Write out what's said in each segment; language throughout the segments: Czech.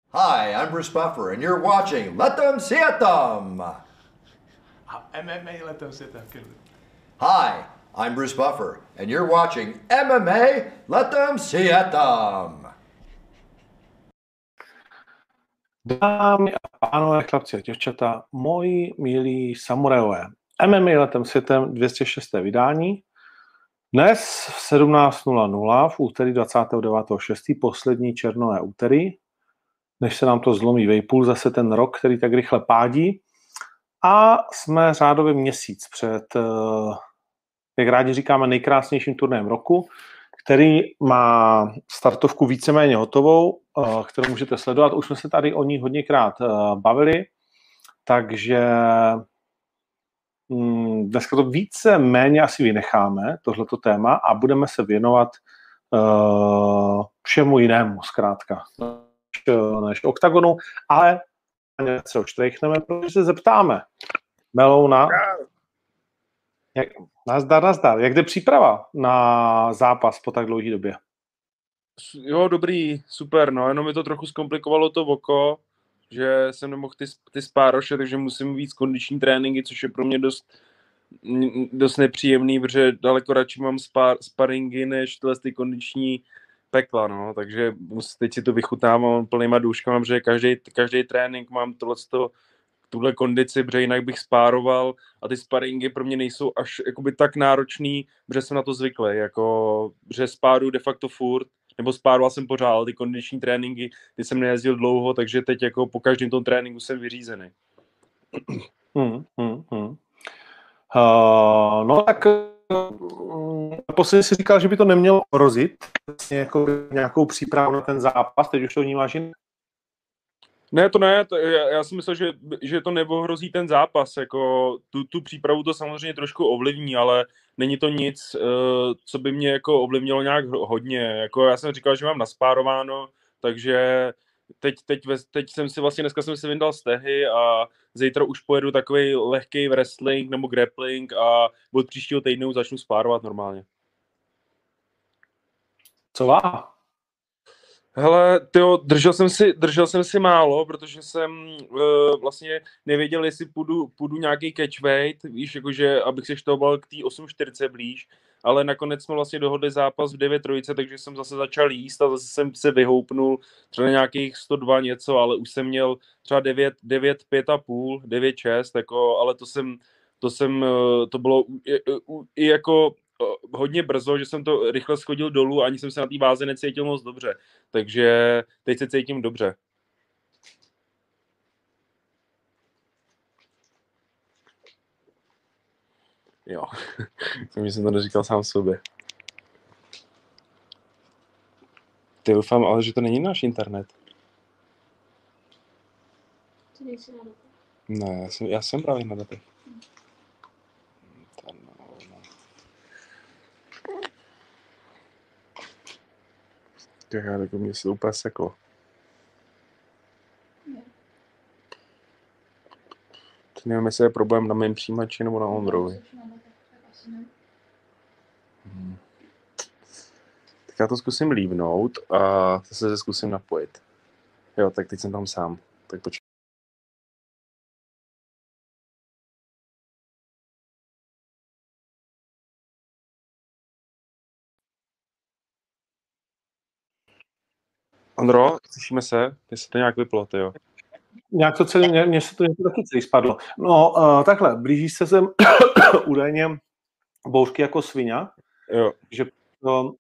Hi, I'm Bruce Buffer, and you're watching Let Them See It Them! MMA letem světem, Kirby. Hi, I'm Bruce Buffer, and you're watching MMA Let Them See It Them! Dámy a pánové, chlapci a děvčata, moji milí samurajové, MMA letem světem 206. vydání. Dnes v 17:00 v úterý 29.6. poslední červnové úterý, než se nám to zlomí vejpůl, zase ten rok, který tak rychle pádí. A jsme řádově měsíc před, jak rádi říkáme, nejkrásnějším turnajem roku, který má startovku víceméně hotovou, kterou můžete sledovat. Už jsme se tady o ní hodněkrát bavili, takže dneska to víceméně asi vynecháme, tohleto téma, a budeme se věnovat všemu jinému, zkrátka, než oktagonu, ale něco odštrejchneme, protože se zeptáme Melouna. Nazdar. Jak jde příprava na zápas po tak dlouhé době? Jo, dobrý, super, no, jenom mi to trochu zkomplikovalo to oko, že jsem nemohl ty spároše, takže musím víc kondiční tréninky, což je pro mě dost nepříjemný, protože daleko radši mám sparingy než ty kondiční pekla, no, takže teď si to vychutávám plnýma důškama, protože každý trénink mám tuhle kondici, protože jinak bych spároval a ty sparingy pro mě nejsou až jakoby tak náročný, protože jsem na to zvyklý, jako, že spáruju de facto furt, nebo spároval jsem pořád, ale ty kondiční tréninky, ty jsem nejezdil dlouho, takže teď jako po každém tom tréninku jsem vyřízený. No tak posledně si říkal, že by to nemělo hrozit jako nějakou přípravu na ten zápas, teď už to vnímáš jinak? Ne, já si myslel, že to neohrozí ten zápas, jako tu přípravu to samozřejmě trošku ovlivní, ale není to nic, co by mě jako ovlivnilo nějak hodně, jako já jsem říkal, že mám naspárováno, takže teď jsem si vlastně, dneska jsem si vyndal stehy a zítra už pojedu takový lehký wrestling nebo grappling a od příštího týdne začnu spárovat normálně. Co váha? Hele, držel jsem si málo, protože jsem vlastně nevěděl, jestli půjdu nějaký catchweight, víš, jakože abych se štoval k té 8.40 blíž, ale nakonec jsme vlastně dohodli zápas v 9.3, takže jsem zase začal jíst a zase jsem se vyhoupnul třeba nějakých 102 něco, ale už jsem měl třeba 9, 5,5, 9,6, jako, ale to bylo i jako hodně brzo, že jsem to rychle schodil dolů, ani jsem se na té váze necítil moc dobře. Takže teď se cítím dobře. Jo, jsem to neříkal sám sobě. Ty doufám, ale že to není náš internet. Ty nejsi na datech? Ne, já jsem právě na datech. Tak mě se to úplně seklo. To nevím, jestli je problém na mém přijímači nebo na Ondrovi. Tak já to zkusím lívnout a zase zkusím napojit. Jo, tak teď jsem tam sám. Tak počkej. Ondro, slyšíme se? Jestli to nějak vyplo, jo? Nějak to celé, mně se to taky celý spadlo. No, takhle, blíží se sem údajně bouřky jako svině, Jo. že to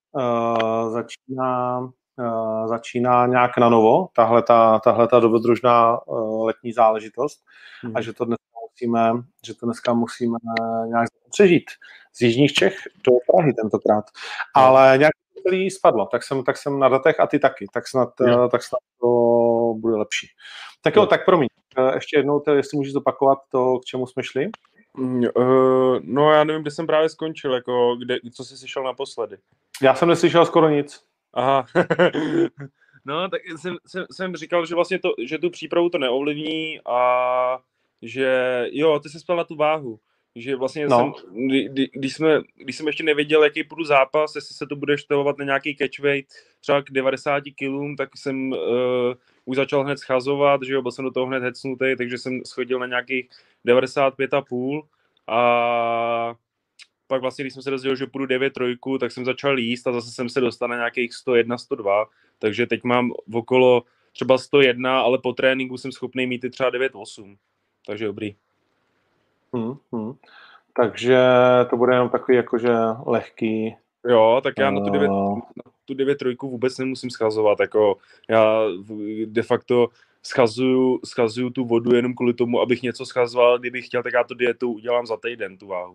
začíná nějak na novo, tahle ta dobrodružná letní záležitost a že to dneska musíme nějak přežít z jižních Čech do Prahy tentokrát. Ale nějak to celý spadlo, tak jsem na datech a ty taky, tak snad to bude lepší. Tak jo, tak promiň, ještě jednou, jestli můžeš zopakovat to, k čemu jsme šli? No já nevím, kde jsem právě skončil, jako co jsi slyšel naposledy. Já jsem neslyšel skoro nic. Aha. No, tak jsem říkal, že vlastně že tu přípravu to neovlivní a že jo, ty jsi spal na tu váhu. Že vlastně No. když jsem ještě nevěděl, jaký půjdu zápas, jestli se to bude štahovat na nějaký catchweight třeba k 90 kg, tak jsem už začal hned schazovat, že jo, byl jsem do toho hned hecnutý, takže jsem schodil na nějakých 95,5 a pak vlastně, když jsem se dozvěděl, že půjdu 9,3, tak jsem začal jíst a zase jsem se dostal na nějakých 101, 102, takže teď mám okolo třeba 101, ale po tréninku jsem schopný mít i třeba 9,8, takže dobrý. Takže to bude jenom takový jakože lehký. Jo, tak já na tu 9,3 vůbec nemusím schazovat, jako já de facto schazuju tu vodu jenom kvůli tomu, abych něco schazoval, kdybych chtěl, tak já tu dietu udělám za týden, tu váhu.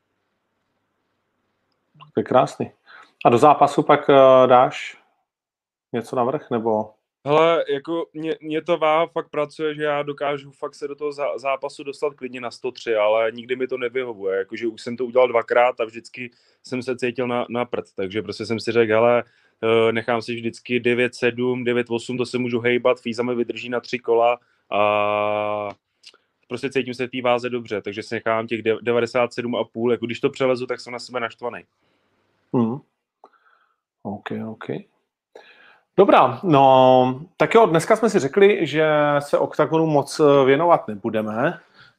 To je krásný. A do zápasu pak dáš něco navrch, nebo? Hele, jako mě ta váha fakt pracuje, že já dokážu fakt se do toho zápasu dostat klidně na 103, ale nikdy mi to nevyhovuje, jakože už jsem to udělal 2krát a vždycky jsem se cítil na prd, takže prostě jsem si řekl, hele, nechám si vždycky 9,7, 9,8, to se můžu hejbat, Fíza mi vydrží na 3 kola a prostě cítím se v té váze dobře, takže si nechám těch 97,5, jako když to přelezu, tak jsem na sebe naštvaný. OK. Dobrá, no tak jo, dneska jsme si řekli, že se OKTAGONu moc věnovat nebudeme.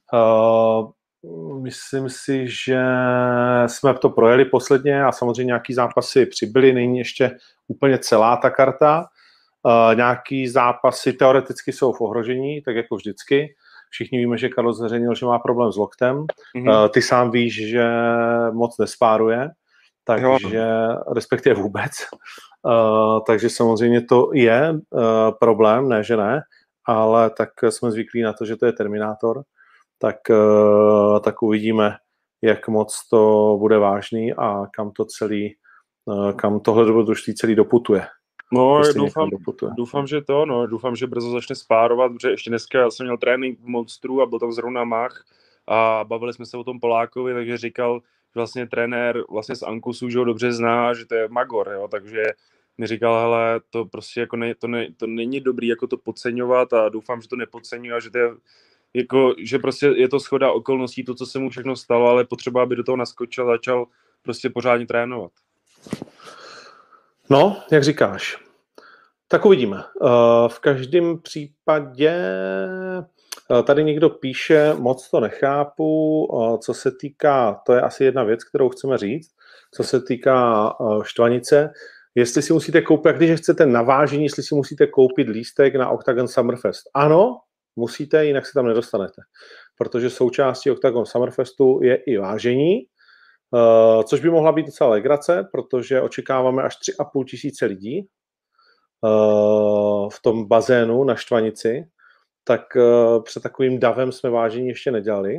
Myslím si, že jsme to projeli posledně a samozřejmě nějaký zápasy přibyly, není ještě úplně celá ta karta. Nějaký zápasy teoreticky jsou v ohrožení, tak jako vždycky. Všichni víme, že Karol zveřejnil, že má problém s loktem. Ty sám víš, že moc nespáruje, takže respektive vůbec. Takže samozřejmě to je problém, ne, že ne, ale tak jsme zvyklí na to, že to je Terminátor, tak uvidíme, jak moc to bude vážný a kam tohle dobrodružství celý doputuje. No, doufám, že to, doufám, že brzo začne spárovat, protože ještě dneska já jsem měl trénink v Monstru a byl tam zrovna Mach a bavili jsme se o tom Polákovi, takže říkal, že vlastně trenér vlastně z Ankusu, že ho dobře zná, že to je Magor, jo, takže mi říkal, hele, to prostě jako to není dobrý jako to podceňovat a doufám, že to nepodceňuje a že to je jako, že prostě je to shoda okolností, to, co se mu všechno stalo, ale potřeba, aby do toho naskočil a začal prostě pořádně trénovat. No, jak říkáš. Tak uvidíme. V každém případě tady někdo píše, moc to nechápu, co se týká, to je asi jedna věc, kterou chceme říct, co se týká Štvanice, jestli si musíte koupit, když chcete na vážení, jestli si musíte koupit lístek na Octagon Summerfest. Ano, musíte, jinak se tam nedostanete, protože součástí Octagon Summerfestu je i vážení, což by mohla být docela legrace, protože očekáváme až 3,5 tisíce lidí v tom bazénu na Štvanici, tak před takovým davem jsme vážení ještě nedělali.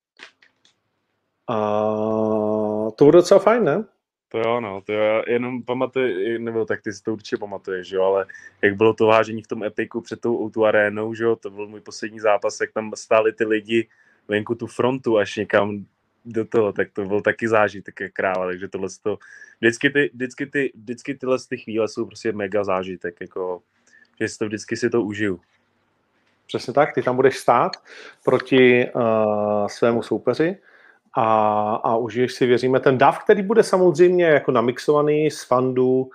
A to bude docela fajn, ne? To jo, no, to jo, jenom pamatuju, nebo tak ty si to určitě pamatuješ, jo, ale jak bylo to vážení v tom Epiku před tou O2 arénou, že jo, to byl můj poslední zápas, jak tam stáli ty lidi venku tu frontu až někam do toho, tak to byl taky zážitek jak kráva, takže tohle to, vždycky tyhle ty chvíle jsou prostě mega zážitek, jako, že si to vždycky si to užiju. Přesně tak, ty tam budeš stát proti svému soupeři a užiješ si, věříme, ten dav, který bude samozřejmě jako namixovaný z fandů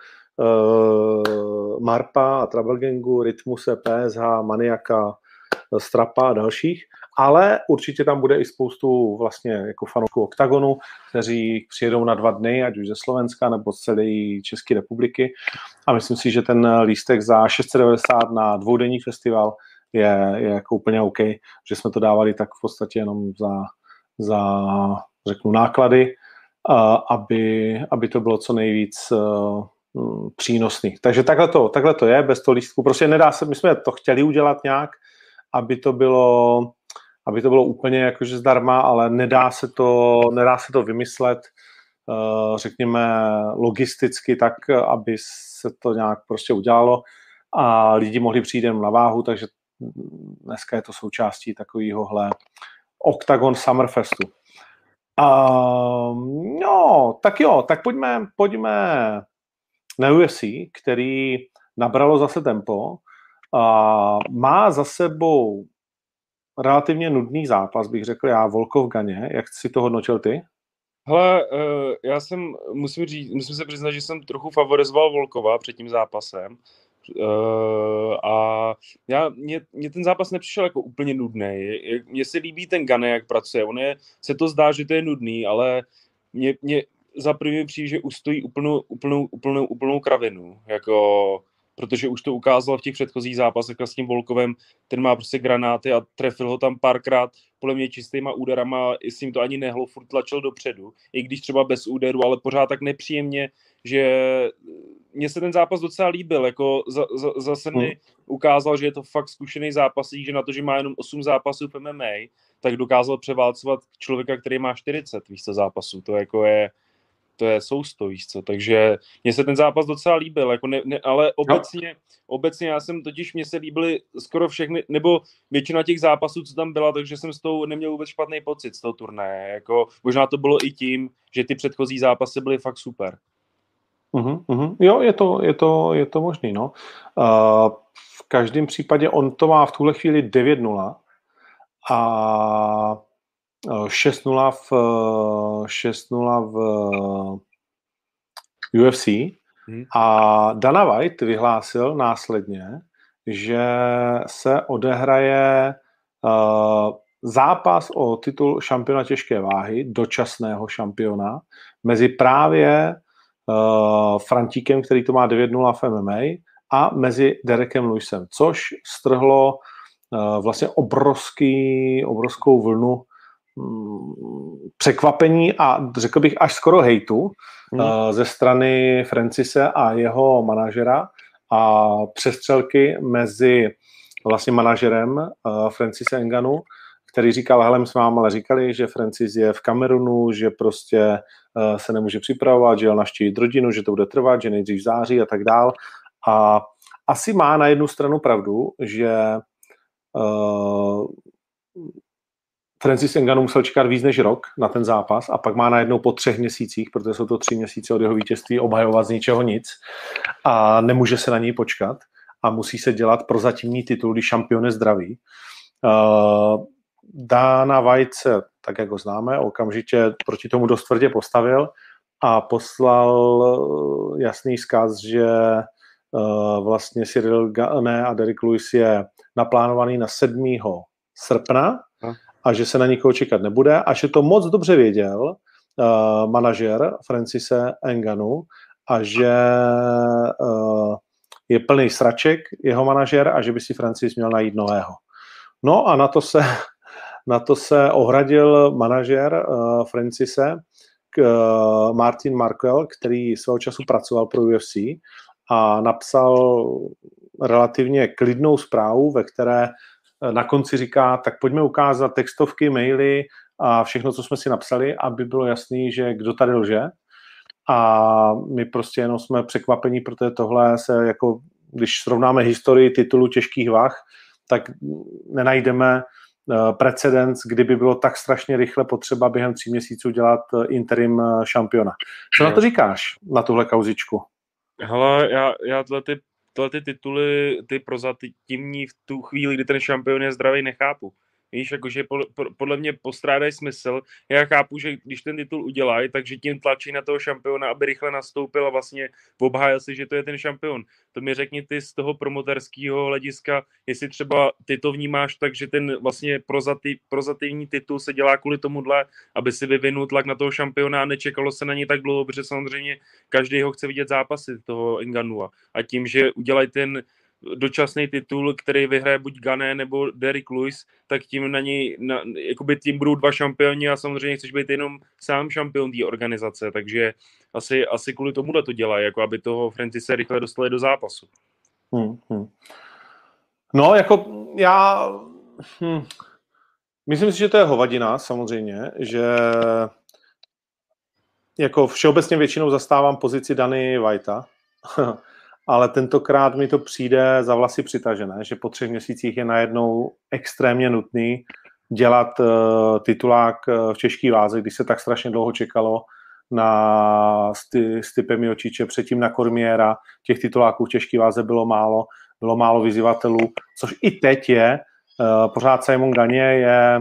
Marpa a Trouble Gangu, Rytmuse, PSH, Maniaka, Strapa a dalších, ale určitě tam bude i spoustu vlastně jako fanoušků Octagonu, kteří přijedou na 2 dny, ať už ze Slovenska nebo z celé České republiky a myslím si, že ten lístek za 690 na 2denní festival je jako úplně OK, že jsme to dávali tak v podstatě jenom za řeknu, náklady, aby to bylo co nejvíc přínosný. Takže takhle to je, bez toho lístku. Prostě nedá se, my jsme to chtěli udělat nějak, aby to bylo úplně jakože zdarma, ale nedá se to vymyslet, řekněme, logisticky tak, aby se to nějak prostě udělalo a lidi mohli přijít jen na váhu, takže dneska je to součástí takovýhohle Octagon Summerfestu. No, tak jo, tak pojďme na UFC, který nabralo zase tempo. Má za sebou relativně nudný zápas, bych řekl já, Volkov Ganě. Jak jsi to hodnotil ty? Hele, já musím se přiznat, že jsem trochu favorizoval Volkova před tím zápasem. A mně ten zápas nepřišel jako úplně nudný. Mně se líbí ten Gane, jak pracuje. Se to zdá, že to je nudný, ale mě za první přijde, že ustojí úplnou kravinu. Jako, protože už to ukázal v těch předchozích zápasech s tím Volkovem. Ten má prostě granáty a trefil ho tam párkrát podle mě čistýma úderama, jestli jim to ani nehlo, furt tlačil dopředu. I když třeba bez úderu, ale pořád tak nepříjemně, že mně se ten zápas docela líbil, jako zase mi ukázal, že je to fakt zkušený zápasník, že na to, že má jenom 8 zápasů v MMA, tak dokázal převálcovat člověka, který má 40 zápasů. To je sousto, víš co. Takže mně se ten zápas docela líbil, jako ale obecně já jsem totiž, mně se líbily skoro všechny, nebo většina těch zápasů, co tam byla, takže jsem s tou neměl vůbec špatný pocit z toho turnaje. Jako, možná to bylo i tím, že ty předchozí zápasy byly fakt super. Jo, je to možný, no. V každém případě on to má v tuhle chvíli 9-0 a 6-0 v UFC a Dana White vyhlásil následně, že se odehraje zápas o titul šampiona těžké váhy, dočasného šampiona, mezi právě Frantíkem, který to má 9-0 v MMA, a mezi Derekem Lewisem, což strhlo vlastně obrovskou vlnu překvapení a řekl bych až skoro hejtu ze strany Francise a jeho manažera a přestřelky mezi vlastně manažerem Francise Nganu, který říkal, hele, my jsme vám ale říkali, že Francis je v Kamerunu, že prostě se nemůže připravovat, že jel navštívit rodinu, že to bude trvat, že nejdřív v září a tak dál. A asi má na jednu stranu pravdu, že Francis Ngannou musel čekat víc než rok na ten zápas a pak má najednou po 3 měsících, protože jsou to 3 měsíce od jeho vítězství, obhajovat z ničeho nic a nemůže se na něj počkat a musí se dělat prozatímní titul, když šampion je zdravý. Dana White se, tak jak ho známe, okamžitě proti tomu dost tvrdě postavil a poslal jasný vzkaz, že vlastně Cyril Gane a Derek Lewis je naplánovaný na 7. srpna a že se na nikoho čekat nebude a že to moc dobře věděl manažer Francise Ngannou a že je plný sraček jeho manažer a že by si Francis měl najít nového. No a na to se ohradil manažer Francise Martin Marquel, který svého času pracoval pro UFC a napsal relativně klidnou zprávu, ve které na konci říká, tak pojďme ukázat textovky, maily a všechno, co jsme si napsali, aby bylo jasný, že kdo tady lže. A my prostě jenom jsme překvapení, protože tohle se jako, když srovnáme historii titulu těžkých vah, tak nenajdeme precedens, kdyby bylo tak strašně rychle potřeba během 3 měsíců dělat interim šampiona. Co na to říkáš, na tuhle kauzičku? Hele, já tyhle tituly, ty prozatímní v tu chvíli, kdy ten šampion je zdravý, nechápu. Víš, jakože podle mě postrádají smysl. Já chápu, že když ten titul udělají, takže tím tlačí na toho šampiona, aby rychle nastoupil a vlastně obhájil si, že to je ten šampion. To mi řekni ty z toho promoterského hlediska, jestli třeba ty to vnímáš tak, že ten vlastně prozatímní titul se dělá kvůli tomuhle, aby si vyvinul tlak na toho šampiona a nečekalo se na něj tak dlouho, protože samozřejmě každý ho chce vidět zápasy toho Ngannua. A tím, že udělají ten dočasný titul, který vyhraje buď Gane nebo Derek Lewis, tak tím na něj, jakoby tím budou 2 šampioni a samozřejmě chceš být jenom sám šampion té organizace, takže asi kvůli tomuhle to dělají, jako aby toho Francise rychle dostali do zápasu. No, jako já myslím si, že to je hovadina samozřejmě, že jako všeobecně většinou zastávám pozici Dany Whitea, ale tentokrát mi to přijde za vlasy přitažené, že po 3 měsících je najednou extrémně nutný dělat titulák v těžké váze, když se tak strašně dlouho čekalo na Stipe Miociče, předtím na Cormiera, těch tituláků v těžké váze bylo málo vyzývatelů, což i teď je pořád Simon Gagné je...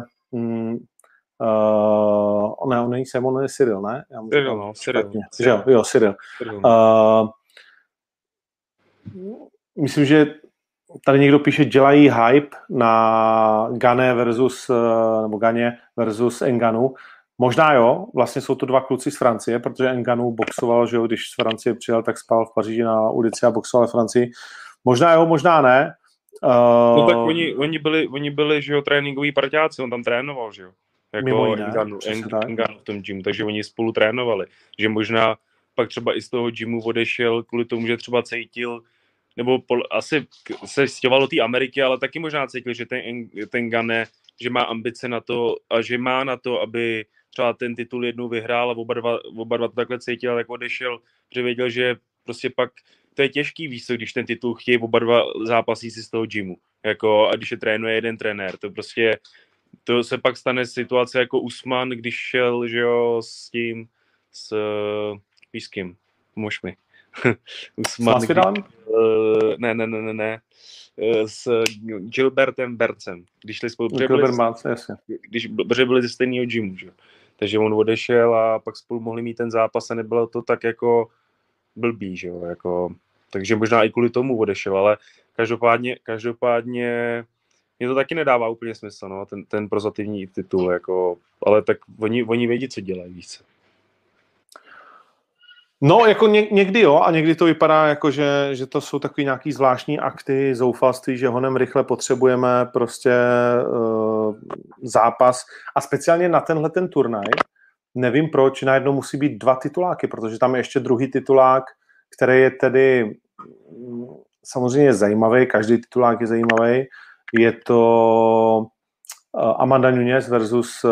on není Simon, on je Cyril, ne? Cyril. Jo, Cyril. Myslím, že tady někdo píše, dělají hype na Gane versus Ngannou. Možná jo, vlastně jsou to dva kluci z Francie, protože Ngannou boxoval, že jo, když z Francie přijel, tak spal v Paříži na ulici a boxoval v Francii. Možná jo, možná ne. No tak oni byli, že jo, tréninkoví parťáci, on tam trénoval, že jo. Jako Ngannou v tom gymu, takže oni spolu trénovali. Že možná pak třeba i z toho gymu odešel kvůli tomu, že třeba cítil, nebo asi se stěhoval do té Ameriky, ale taky možná cítil, že ten Gane, že má ambice na to a že má na to, aby třeba ten titul jednou vyhrál a oba dva to takhle cítil, tak odešel, protože věděl, že prostě pak to je těžký, víc, když ten titul chtějí oba dva zápasníci z toho gymu. Jako, a když je trénuje jeden trenér, to prostě to se pak stane situace jako Usman, když šel, že jo, víš s kým? Pomož mi. Usman, ne. S Gilbertem Bercem. Když šli spolu, protože byli ze stejného gymu, že jo. Takže on odešel a pak spolu mohli mít ten zápas a nebylo to tak jako blbý, že jo, jako, takže možná i kvůli tomu odešel, ale každopádně mě to taky nedává úplně smysl, no, ten prozativní titul, jako, ale tak oni vědí, co dělají, víc. No, jako někdy jo, a někdy to vypadá jako, že to jsou takový nějaký zvláštní akty, zoufalství, že honem rychle potřebujeme prostě zápas a speciálně na tenhle ten turnaj nevím proč, najednou musí být 2 tituláky, protože tam je ještě druhý titulák, který je tedy samozřejmě zajímavý, každý titulák je zajímavý, je to Amanda Nunes versus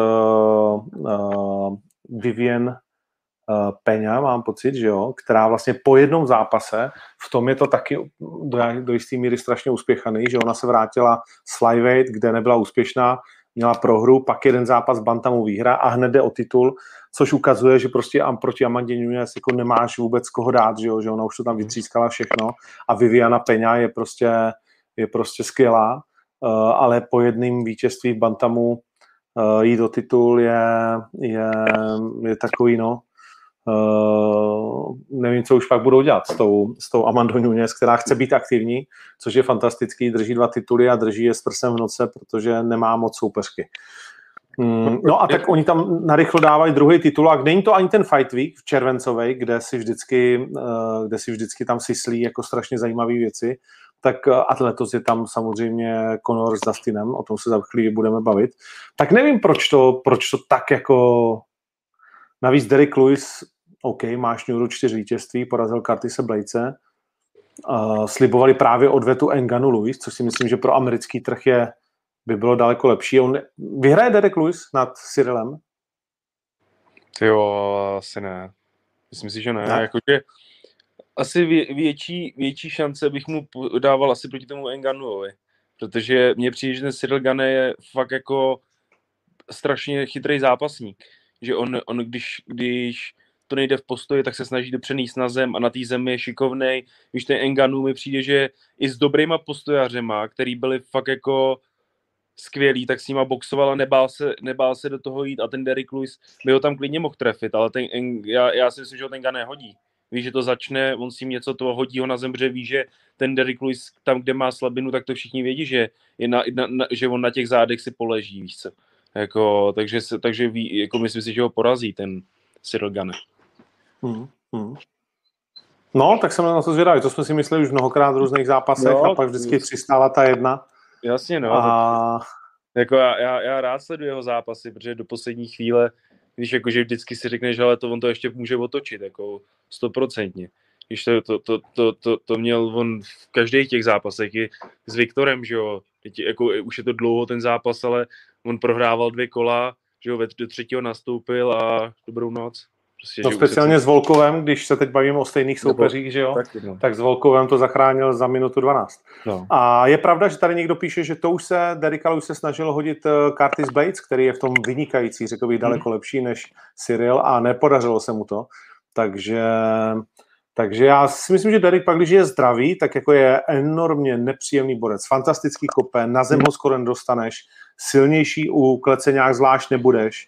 Vivian Peña, mám pocit, že jo, která vlastně po jednom zápase, v tom je to taky do jisté míry strašně uspěchaný, že ona se vrátila z flyweight, kde nebyla úspěšná, měla prohru, pak jeden zápas bantamu výhra a hned jde o titul, což ukazuje, že prostě proti Amandě Nunes jako nemáš vůbec koho dát, že jo, že ona už to tam vytřískala všechno a Viviana Peña je prostě skvělá, ale po jedným vítězství v bantamu jít do titul je takový, no, nevím, co už pak budou dělat s tou Amandou Nunes, která chce být aktivní, což je fantastický, drží 2 tituly a drží je s prsem v noce, protože nemá moc soupeřky. No a tak oni tam narychlo dávají druhý titulák. Není to ani ten Fight Week v červencovej, kde si vždycky tam syslí jako strašně zajímavé věci, tak a letos je tam samozřejmě Conor s Dustinem, o tom se za chvíli budeme bavit. Tak nevím, proč to tak jako... Navíc Derrick Lewis, OK, má šňůru 4 vítězství, porazil Curtise Blaytese. Slibovali právě odvetu Ngannou Lewis, což si myslím, že pro americký trh by bylo daleko lepší. Vyhraje Derrick Lewis nad Cyrilem? Jo, asi ne. Myslím si, že ne. Jakože asi větší šance bych mu dával asi proti tomu Ngannouovi. Protože mně přijde, že ten Cyril Gane je fakt jako strašně chytrý zápasník. Že on když to nejde v postoji, tak se snaží dopřenést na zem a na té zemi je šikovnej. Když ten Ngannou mi přijde, že i s dobrýma postojařema, který byli fakt jako skvělý, tak s nima boxoval a nebál se do toho jít a ten Derrick Lewis by ho tam klidně mohl trefit, ale já si myslím, že ho ten Gane hodí. Ví, že to začne, on si něco toho hodí ho na zem, protože ví, že ten Derrick Lewis tam, kde má slabinu, tak to všichni vědí, že že on na těch zádech si poleží, víš co. Jako, takže ví, jako myslím si, že ho porazí ten Cyril Gane. No, tak jsem na to zvědavý. To jsme si mysleli už mnohokrát v různých zápasech a pak vždycky přistála ta jedna. Jasně, no. Jako já rád sleduji jeho zápasy, protože do poslední chvíle, když jakože vždycky si řekneš, ale on to ještě může otočit, jako 100%. Když to měl on v každých těch zápasech, i s Viktorem, že jo, jako už je to dlouho ten zápas, ale on prohrával 2 kola, že jo, do 3. nastoupil a dobrou noc. Prostě, no speciálně s Volkovem, když se teď bavíme o stejných soupeřích, že jo, tak s Volkovem to zachránil za minutu 12. No. A je pravda, že tady někdo píše, že to už se Derricka už se snažil hodit Curtis Blades, který je v tom vynikající, řekl bych daleko lepší než Cyril a nepodařilo se mu to. Takže Takže já si myslím, že Derek pak, když je zdravý, tak jako je enormně nepříjemný borec. Fantastický kope, na zem ho skoro nedostaneš, silnější u klece nějak zvlášť nebudeš.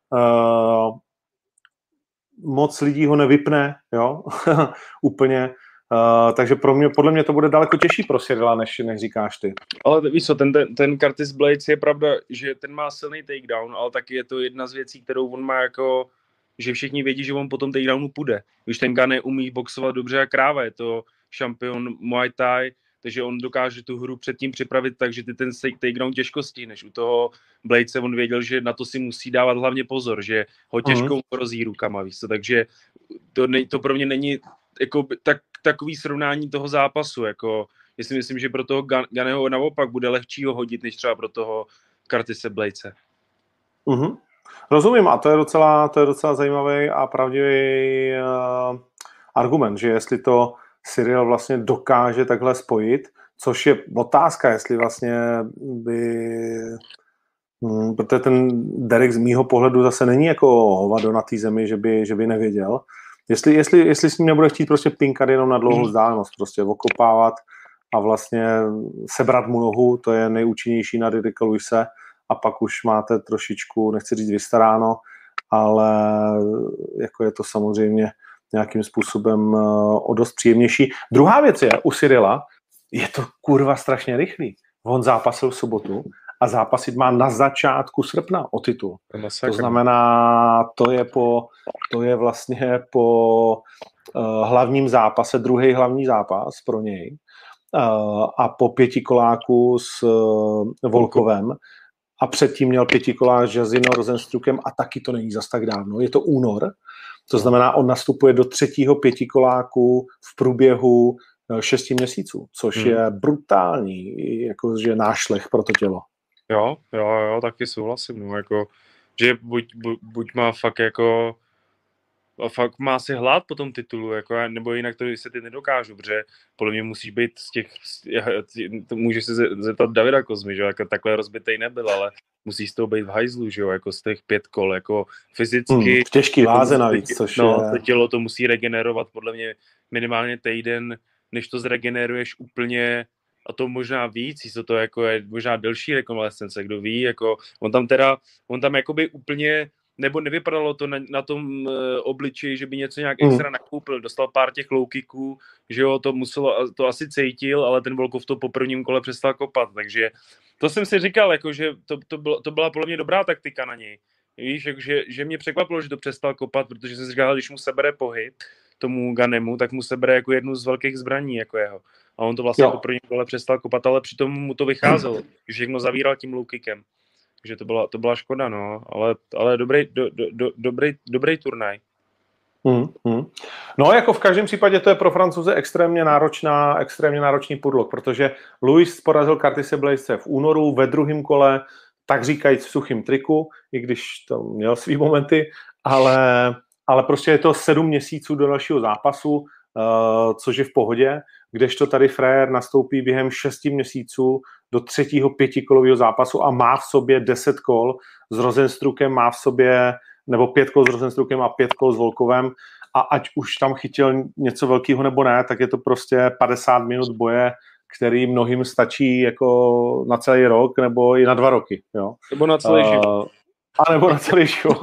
Moc lidí ho nevypne, jo, úplně. Takže podle mě to bude daleko těžší pro Cyrila, než říkáš ty. Ale víš co, ten Curtis Blades je pravda, že ten má silný takedown, ale taky je to jedna z věcí, kterou on má jako, že všichni vědí, že on po tom takedownu půjde. Když ten Gane umí boxovat dobře a kráva, je to šampion Muay Thai, takže on dokáže tu hru předtím připravit tak, že ty ten takedown těžko stihneš. U toho Bladese on věděl, že na to si musí dávat hlavně pozor, že ho těžko rozjí rukama, víš co, takže to pro mě není jako takový srovnání toho zápasu, jako já si myslím, že pro toho Ganeho naopak bude lehčí ho hodit, než třeba pro toho Curtise Bladese. Rozumím, a to je docela zajímavý a pravdivý argument, že jestli to Cyril vlastně dokáže takhle spojit, což je otázka, jestli vlastně by... protože ten Derek z mýho pohledu zase není jako hovado na té zemi, že by nevěděl. Jestli s ním nebude chtít prostě pinkat jenom na dlouhou vzdálenost, prostě okopávat a vlastně sebrat mu nohu, to je nejúčinnější na Derricka Lewise, a pak už máte trošičku, nechci říct vystaráno, ale jako je to samozřejmě nějakým způsobem o dost příjemnější. Druhá věc je, u Cyrila je to kurva strašně rychlý. On zápasil v sobotu a zápasit má na začátku srpna o titul. To znamená, to je vlastně po hlavním zápase, druhý hlavní zápas pro něj a po pětikoláku s Volkovem. A předtím měl pětikolák s Jairzinho Rozenstrukem a taky to není zas tak dávno. Je to únor, to znamená, on nastupuje do třetího pětikoláku v průběhu 6 měsíců, což je brutální, jakože nášlech pro to tělo. Jo, taky souhlasím, no, jako, že buď má fakt jako fakt má si hlad po tom titulu, jako, nebo jinak to se ty nedokážu, protože podle mě musíš být z těch, můžeš se zeptat Davida Kozmy, že jako takhle rozbitej nebyl, ale musíš z toho být v hajzlu, že jo, jako z těch 5 kol, jako fyzicky. V těžký váze navíc, což je... to tělo to musí regenerovat podle mě minimálně týden, než to zregeneruješ úplně, a to možná víc, jestli to jako je možná delší rekonvalescence, kdo ví, jako on tam jakoby úplně, nebo nevypadalo to na tom obličeji, že by něco nějak extra nakoupil, dostal pár těch low kicků, že jo, to asi cítil, ale ten Volkov to po prvním kole přestal kopat, takže to jsem si říkal, jako, že to byla podle mě dobrá taktika na něj, víš, jako, že mě překvapilo, že to přestal kopat, protože jsem si říkal, když mu sebere pohyb, tomu Ganemu, tak mu sebere jako jednu z velkých zbraní, jako jeho. A on to vlastně po prvním kole přestal kopat, ale přitom mu to vycházelo, že všechno zavíral tím low kickem. Takže to byla škoda, no, ale dobrý turnaj. No, jako v každém případě to je pro Francouze extrémně náročný pudlok, protože Lewis porazil Curtise Bladese v únoru ve druhém kole, tak říkajíc v suchým triku, i když to měl svý momenty, ale prostě je to 7 měsíců do dalšího zápasu, což je v pohodě, kdežto tady Frère nastoupí během 6 měsíců do 3. pětikolového zápasu a má v sobě 10 kol s Rozenstrukem, má v sobě, nebo 5 kol s Rozenstrukem a 5 kol s Volkovem, a ať už tam chytil něco velkého nebo ne, tak je to prostě 50 minut boje, který mnohým stačí jako na celý rok nebo i na 2 roky. Jo? Nebo na celý život. A nebo na celý život.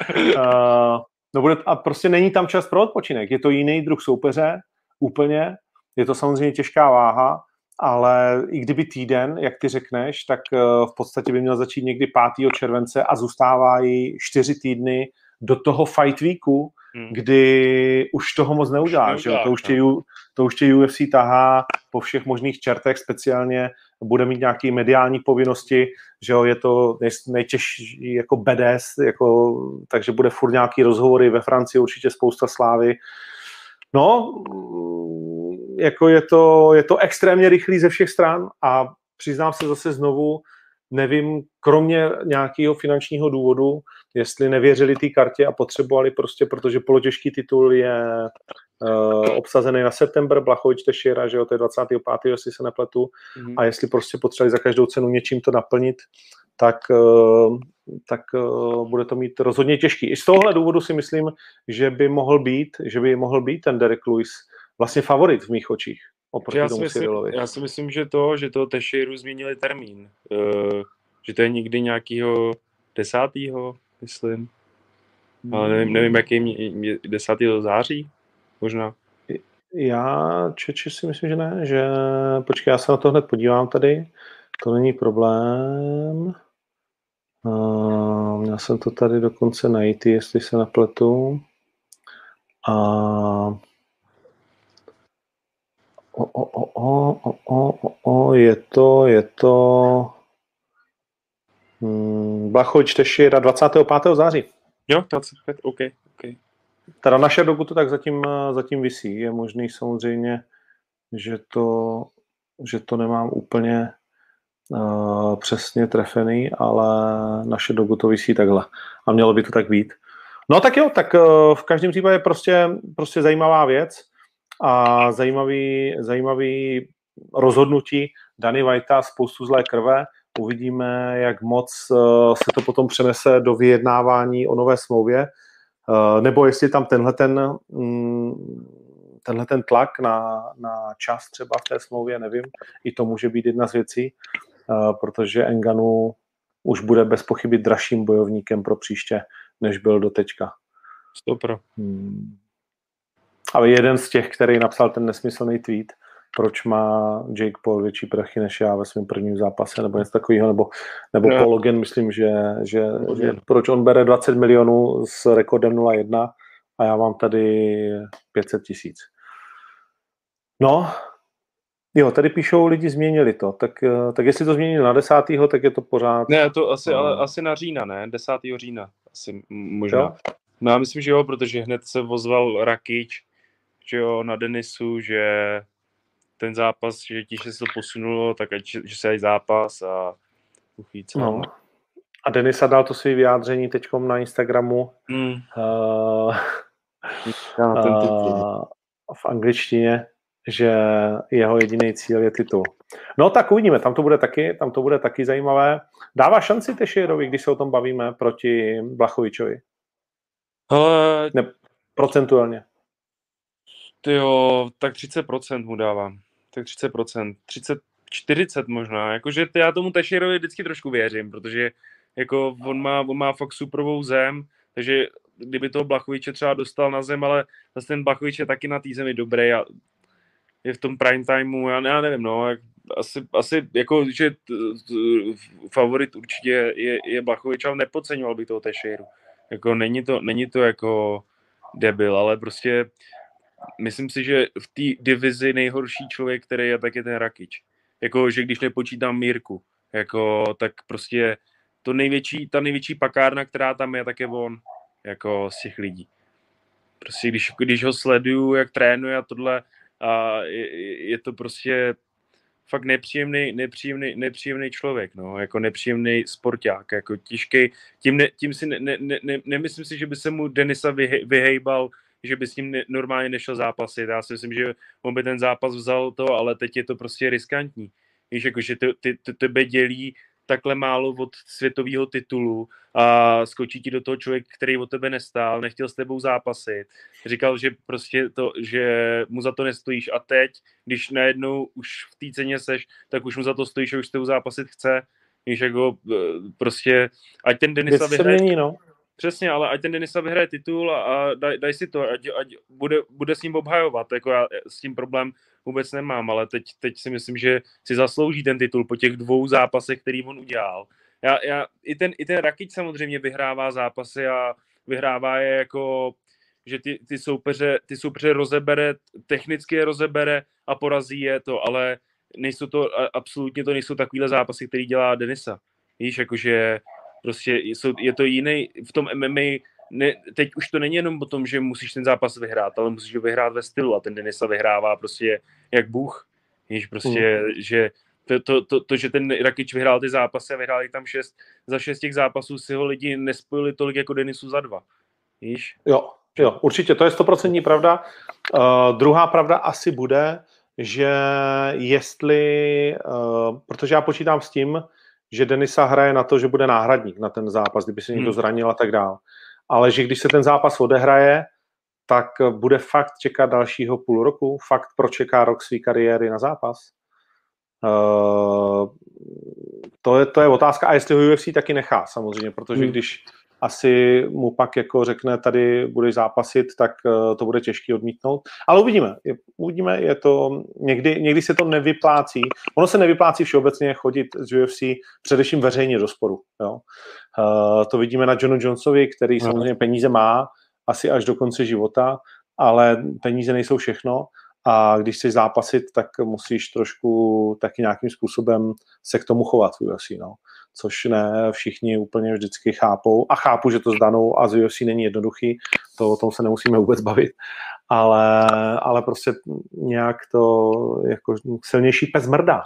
A prostě není tam čas pro odpočinek. Je to jiný druh soupeře, úplně. Je to samozřejmě těžká váha, ale i kdyby týden, jak ty řekneš, tak v podstatě by měl začít někdy 5. července a zůstávají 4 týdny do toho fight weeku, kdy už toho moc neuděláš. To už tě UFC tahá po všech možných čertech, speciálně bude mít nějaké mediální povinnosti, že jo, je to nejtěžší jako BDS, jako, takže bude furt nějaký rozhovory ve Francii, určitě spousta slávy. No, jako je to extrémně rychlý ze všech stran a přiznám se zase znovu, nevím, kromě nějakého finančního důvodu, jestli nevěřili té kartě a potřebovali prostě, protože polotěžký titul je obsazený na september, Blachowicz Teixeira, že jo, to je 25., jestli se nepletu, a jestli prostě potřebovali za každou cenu něčím to naplnit, tak bude to mít rozhodně těžký. I z tohohle důvodu si myslím, že by mohl být ten Derek Lewis vlastně favorit v mých očích. Já si myslím, že to Teixeiru změnili termín. Že to je někdy nějakýho 10. myslím. Ale nevím jaký je 10. září možná. Já si myslím, že ne. Počkej, já se na to hned podívám tady. To není problém. Měl jsem to tady dokonce najít, jestli se nepletu. Je to Blachowicz Teixeira 25. září. Jo, 25, OK. Teda naše dobu to tak zatím visí. Je možný samozřejmě, že to nemám úplně přesně trefený, ale naše dobu to visí takhle. A mělo by to tak být. No tak jo, tak v každém případě prostě zajímavá věc a zajímavý rozhodnutí Danny Whitea, spoustu zlé krve. Uvidíme, jak moc se to potom přenese do vyjednávání o nové smlouvě, nebo jestli tam tenhle ten tlak na čas třeba v té smlouvě, nevím, i to může být jedna z věcí, protože Ngannou už bude bez pochyby dražším bojovníkem pro příště, než byl doteďka. Super. Ale jeden z těch, který napsal ten nesmyslný tweet, proč má Jake Paul větší prachy než já ve svém prvním zápase, nebo něco takového, nebo Paul Logan, myslím, že proč on bere 20 milionů s rekordem 0-1 a já mám tady 500 000. No, jo, tady píšou, lidi změnili to, tak jestli to změnili na 10., tak je to pořád... Ne, to ale asi na října, ne? 10. října, asi možná. Jo? No já myslím, že jo, protože hned se ozval Rakic, že jo, na Denisu, že ten zápas, že se to posunulo, tak že se dají zápas a uchýce. No. A Denisa dal to svý vyjádření teďkom na Instagramu v angličtině, že jeho jediný cíl je titul. No tak uvidíme, tam to bude taky zajímavé. Dává šanci Teixeirovi, když se o tom bavíme, proti Blachowiczovi? Procentuálně. Tyjo, tak 30% mu dávám. Tak 30%. 40 možná. Jakože já tomu Teixeirovi vždycky trošku věřím, protože jako on má fakt superovou zem, takže kdyby toho Blachowicze třeba dostal na zem, ale zase ten Blachowicz je taky na té zemi dobrý a je v tom prime timeu, já nevím, no, asi jako, že favorit určitě je Blachowicz, ale nepodceňoval bych toho Teixeiru. Jako není to jako debil, ale prostě myslím si, že v té divizi nejhorší člověk, který je, tak je ten Rakic. Jako, že když nepočítám Mírku, jako, tak prostě ta největší pakárna, která tam je, tak je on, jako z těch lidí. Prostě když ho sleduju, jak trénuje a tohle, a je to prostě fakt nepříjemný člověk, no, jako nepříjemný sporták, jako těžký, tím si nemyslím si, že by se mu Denisa vyhejbal, že by s ním normálně nešel zápasit. Já si myslím, že on by ten zápas vzal to, ale teď je to prostě riskantní. Víš, jako, že tebe dělí takhle málo od světového titulu a skočí ti do toho člověk, který o tebe nestál, nechtěl s tebou zápasit. Říkal, že prostě že mu za to nestojíš a teď, když najednou už v té ceně seš, tak už mu za to stojíš a už s tebou zápasit chce. Víš, jako prostě, ať ten Denisa vyhraje. No. Přesně, ale ať ten Denisa vyhraje titul a daj si to, ať bude s ním obhajovat, jako já s tím problém vůbec nemám, ale teď si myslím, že si zaslouží ten titul po těch 2 zápasech, který on udělal. I ten Rakic samozřejmě vyhrává zápasy a vyhrává je jako, že ty soupeře rozebere, technicky je rozebere a porazí je to, ale absolutně to nejsou takovýhle zápasy, který dělá Denisa. Víš, jakože prostě je to jiný, v tom MMA teď už to není jenom o tom, že musíš ten zápas vyhrát, ale musíš ho vyhrát ve stylu a ten Denisa vyhrává prostě jak bůh. Víš, prostě, že to, že ten Rakic vyhrál ty zápasy a vyhrál jich tam 6, za 6 těch zápasů si ho lidi nespojili tolik jako Denisu za 2. Víš? Jo, Jo, určitě, to je 100% pravda. Druhá pravda asi bude, že jestli, protože já počítám s tím, že Denisa hraje na to, že bude náhradník na ten zápas, kdyby se někdo zranil a tak dál. Ale že když se ten zápas odehraje, tak bude fakt čekat dalšího půl roku, fakt pročeká rok své kariéry na zápas. To je otázka, a jestli ho UFC taky nechá samozřejmě, protože když asi mu pak jako řekne, tady budeš zápasit, tak to bude těžký odmítnout. Ale uvidíme, je to, někdy se to nevyplácí. Ono se nevyplácí všeobecně chodit z UFC především veřejně do sporu. Jo? To vidíme na Johnu Jonesovi, který samozřejmě peníze má, asi až do konce života, ale peníze nejsou všechno. A když chceš zápasit, tak musíš trošku taky nějakým způsobem se k tomu chovat v UFC, no. Což ne všichni úplně vždycky chápou. A chápu, že to s Danou a z UFC není jednoduchý, to o tom se nemusíme vůbec bavit. Ale prostě nějak to jako silnější pes mrdá.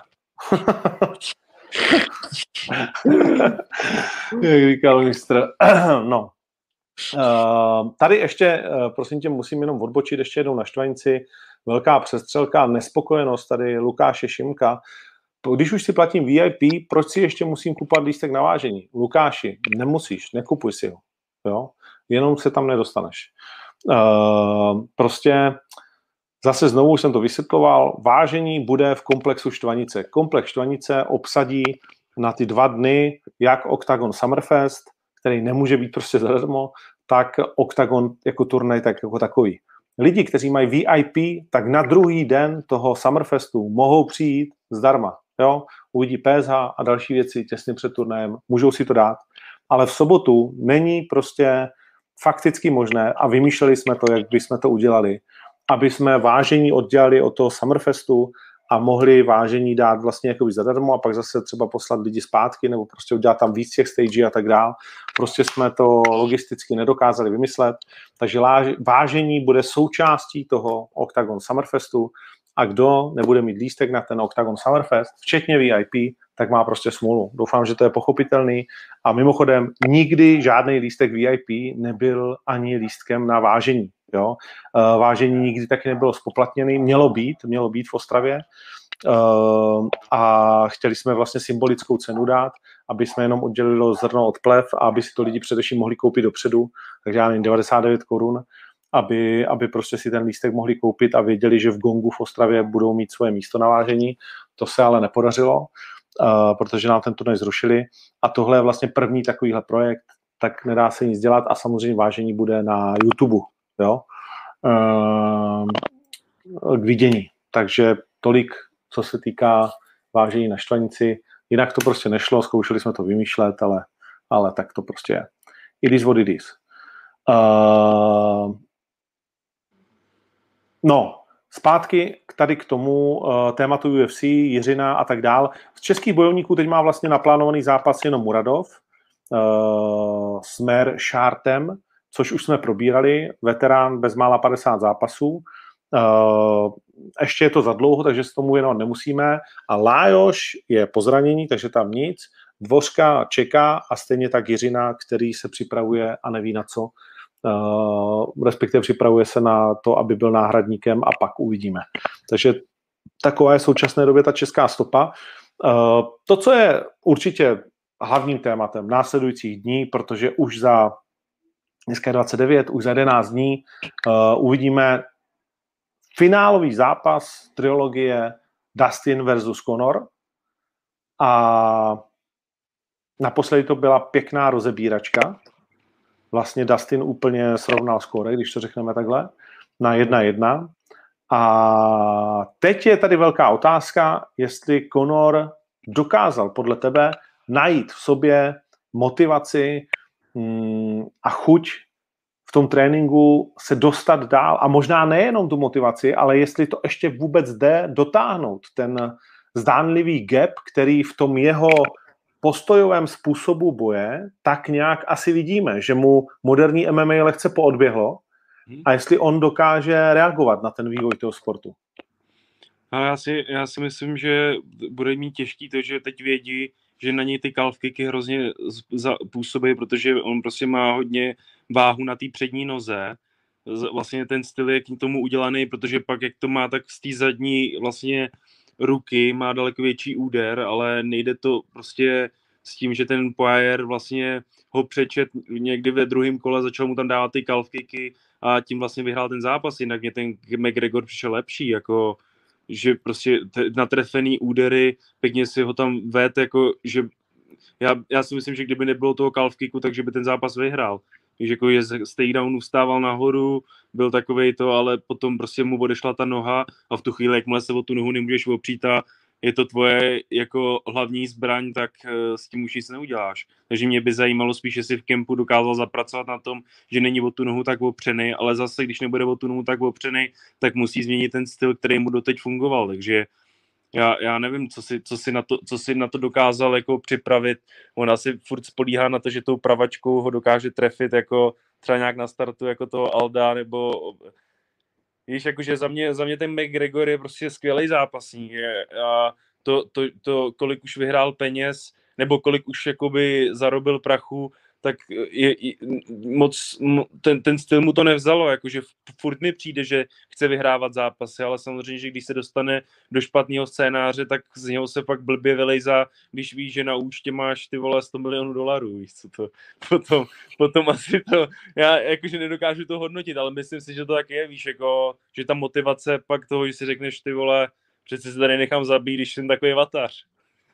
Jak říkal mistr. No. Tady ještě, prosím tě, musím jenom odbočit ještě jednou na Štvanici. Velká přestřelka, nespokojenost tady Lukáše Šimka. Když už si platím VIP, proč si ještě musím kupovat lístek na vážení? Lukáši, nemusíš, nekupuj si ho. Jo? Jenom se tam nedostaneš. Prostě zase znovu už jsem to vysvětloval, vážení bude v komplexu Štvanice. Komplex Štvanice obsadí na ty 2 dny jak Octagon Summerfest, který nemůže být prostě zadarmo, tak Octagon jako turnaj, tak jako takový. Lidi, kteří mají VIP, tak na druhý den toho Summerfestu mohou přijít zdarma. Jo? Uvidí PSH a další věci těsně před turnajem, můžou si to dát. Ale v sobotu není prostě fakticky možné, a vymýšleli jsme to, jak bychom to udělali, aby jsme vážení oddělali od toho Summerfestu a mohli vážení dát vlastně jakoby zadarmo a pak zase třeba poslat lidi zpátky nebo prostě udělat tam víc těch stagí a tak dál. Prostě jsme to logisticky nedokázali vymyslet, takže vážení bude součástí toho Octagon Summerfestu a kdo nebude mít lístek na ten Octagon Summerfest, včetně VIP, tak má prostě smůlu. Doufám, že to je pochopitelný. A mimochodem, nikdy žádný lístek VIP nebyl ani lístkem na vážení. Jo? Vážení nikdy taky nebylo spoplatněný, mělo být v Ostravě a chtěli jsme vlastně symbolickou cenu dát, aby jsme jenom oddělili zrno od plev a aby si to lidi především mohli koupit dopředu, takže já nevím, 99 korun, aby prostě si ten lístek mohli koupit a věděli, že v Gongu v Ostravě budou mít svoje místo na vážení. To se ale nepodařilo, protože nám ten turnaj zrušili a tohle je vlastně první takovýhle projekt, tak nedá se nic dělat a samozřejmě vážení bude na YouTube. Jo? K vidění. Takže tolik, co se týká vážení na Štvanici. Jinak to prostě nešlo, zkoušeli jsme to vymýšlet, ale tak to prostě je. It is what it is. No, zpátky tady k tomu tématu UFC, Jiřina a tak dál. Z českých bojovníků teď má vlastně naplánovaný zápas jenom Muradov s Mer Šártem, což už jsme probírali, veterán bezmála 50 zápasů. Ještě je to za dlouho, takže se tomu věnovat nemusíme. A Lájoš je po zranění, takže tam nic. Dvořka čeká a stejně tak Jiřina, který se připravuje a neví na co. Respektive připravuje se na to, aby byl náhradníkem a pak uvidíme. Takže taková je v současné době ta česká stopa. To, co je určitě hlavním tématem následujících dní, protože už dneska je 29, už za 11 dní uvidíme finálový zápas trilogie Dustin versus Conor a naposledy to byla pěkná rozebíračka. Vlastně Dustin úplně srovnal skóre, když to řekneme takhle, na 1-1. A teď je tady velká otázka, jestli Conor dokázal podle tebe najít v sobě motivaci a chuť v tom tréninku se dostat dál a možná nejenom tu motivaci, ale jestli to ještě vůbec jde dotáhnout, ten zdánlivý gap, který v tom jeho postojovém způsobu boje, tak nějak asi vidíme, že mu moderní MMA lehce poodběhlo a jestli on dokáže reagovat na ten vývoj toho sportu. Ale já si myslím, že bude mít těžký to, že teď vědí, že na něj ty calf kicky hrozně působí, protože on prostě má hodně váhu na té přední noze vlastně ten styl je k tomu udělaný, protože pak jak to má, tak z té zadní vlastně ruky má daleko větší úder, ale nejde to prostě s tím, že ten Poirier vlastně ho přečet někdy ve druhém kole, začal mu tam dávat ty calf kicky a tím vlastně vyhrál ten zápas, jinak mě ten McGregor přišel lepší, jako že prostě natrefený údery, pěkně si ho tam vét, jako že já si myslím, že kdyby nebylo toho calf kicku, takže by ten zápas vyhrál. Víš, jako je z takedownu vstával nahoru, byl takovej to, ale potom prostě mu odešla ta noha a v tu chvíli, jakmile se o tu nohu nemůžeš opřít a je to tvoje jako hlavní zbraň, tak s tím už nic neuděláš. Takže mě by zajímalo spíš, jestli v kempu dokázal zapracovat na tom, že není o tu nohu tak opřený, ale zase, když nebude o tu nohu tak opřený, tak musí změnit ten styl, který mu doteď fungoval. Takže já nevím, co si na to dokázal jako připravit. On asi furt spolíhá na to, že tou pravačkou ho dokáže trefit jako třeba nějak na startu jako toho Alda, nebo víš, jakože za mě ten McGregor je prostě skvělý zápasník. A to, kolik už vyhrál peněz, nebo kolik už jakoby zarobil prachu, tak je moc, ten styl mu to nevzalo, jakože furt mi přijde, že chce vyhrávat zápasy, ale samozřejmě, že když se dostane do špatného scénáře, tak z něho se pak blbě vylejzá, když víš, že na účtě máš ty vole $100 milionů, víš co to, potom asi to, já jakože nedokážu to hodnotit, ale myslím si, že to tak je, víš, jako, že ta motivace pak toho, že si řekneš ty vole, přece se tady nechám zabít, když jsem takový vatař.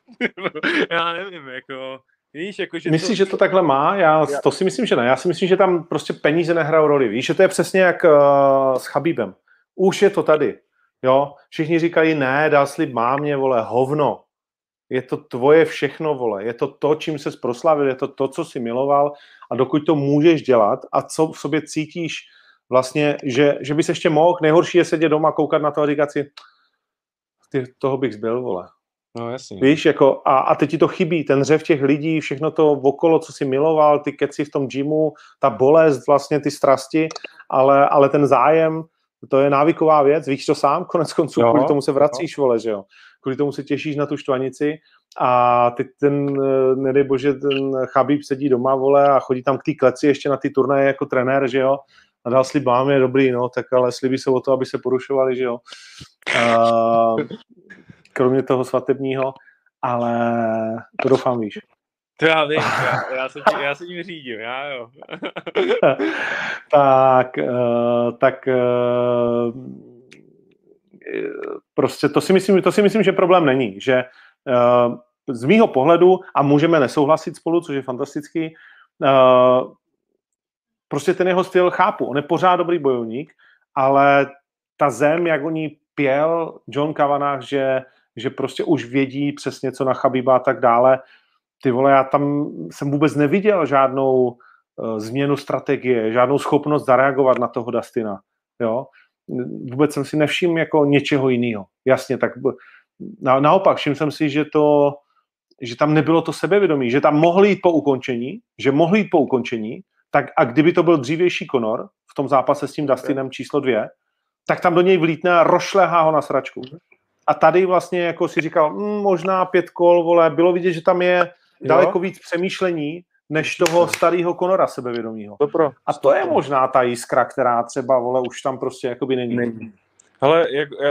Já nevím, jako... Víš, jako, že myslíš, že to takhle má? To si myslím, že ne. Já si myslím, že tam prostě peníze nehrajou roli. Víš, že to je přesně jak s Chabibem. Už je to tady. Jo? Všichni říkají, ne, dal slib mámě, vole, hovno. Je to tvoje všechno, vole. Je to, čím ses proslavil, je to, co jsi miloval a dokud to můžeš dělat a co v sobě cítíš vlastně, že bys ještě mohl, nejhorší je sedět doma, koukat na to a říkat si, toho bych zbyl, vole. No, jasně. Víš, jako, a teď ti to chybí, ten řev těch lidí, všechno to okolo, co si miloval, ty keci v tom gymu, ta bolest, vlastně ty strasti, ale ten zájem, to je návyková věc, víš to sám, konec konců, kvůli tomu se vracíš, vole, že jo, kvůli tomu se těšíš na tu štvanici a teď nedej bože, ten Chabib sedí doma, vole, a chodí tam k té kleci ještě na ty turnaje jako trenér, že jo, a dal slib mámě, dobrý, no, tak ale slibí se o to, aby se porušovali, že jo. Kromě toho svatebního, ale to doufám, víš. To já vím, já se tím řídím, já jo. tak prostě to si myslím, že problém není, že z mýho pohledu, a můžeme nesouhlasit spolu, což je fantastický, prostě ten jeho styl chápu, on je pořád dobrý bojovník, ale ta zem, jak oni pěl John Kavanagh, že prostě už vědí přesně, co na Chabiba a tak dále. Ty vole, já tam jsem vůbec neviděl žádnou změnu strategie, žádnou schopnost zareagovat na toho Dustina. Jo? Vůbec jsem si nevšiml jako něčeho jiného. Jasně, tak naopak, všiml jsem si, že tam nebylo to sebevědomí, že tam mohli jít po ukončení, tak a kdyby to byl dřívější Conor v tom zápase s tím Dustinem číslo 2, tak tam do něj vlítne a rošlehá ho na sračku. A tady vlastně jako si říkal, možná 5 kol, vole, bylo vidět, že tam je daleko víc přemýšlení, než toho starého Conora sebevědomího. A to je možná ta jiskra, která třeba, vole, už tam prostě jakoby není. Ale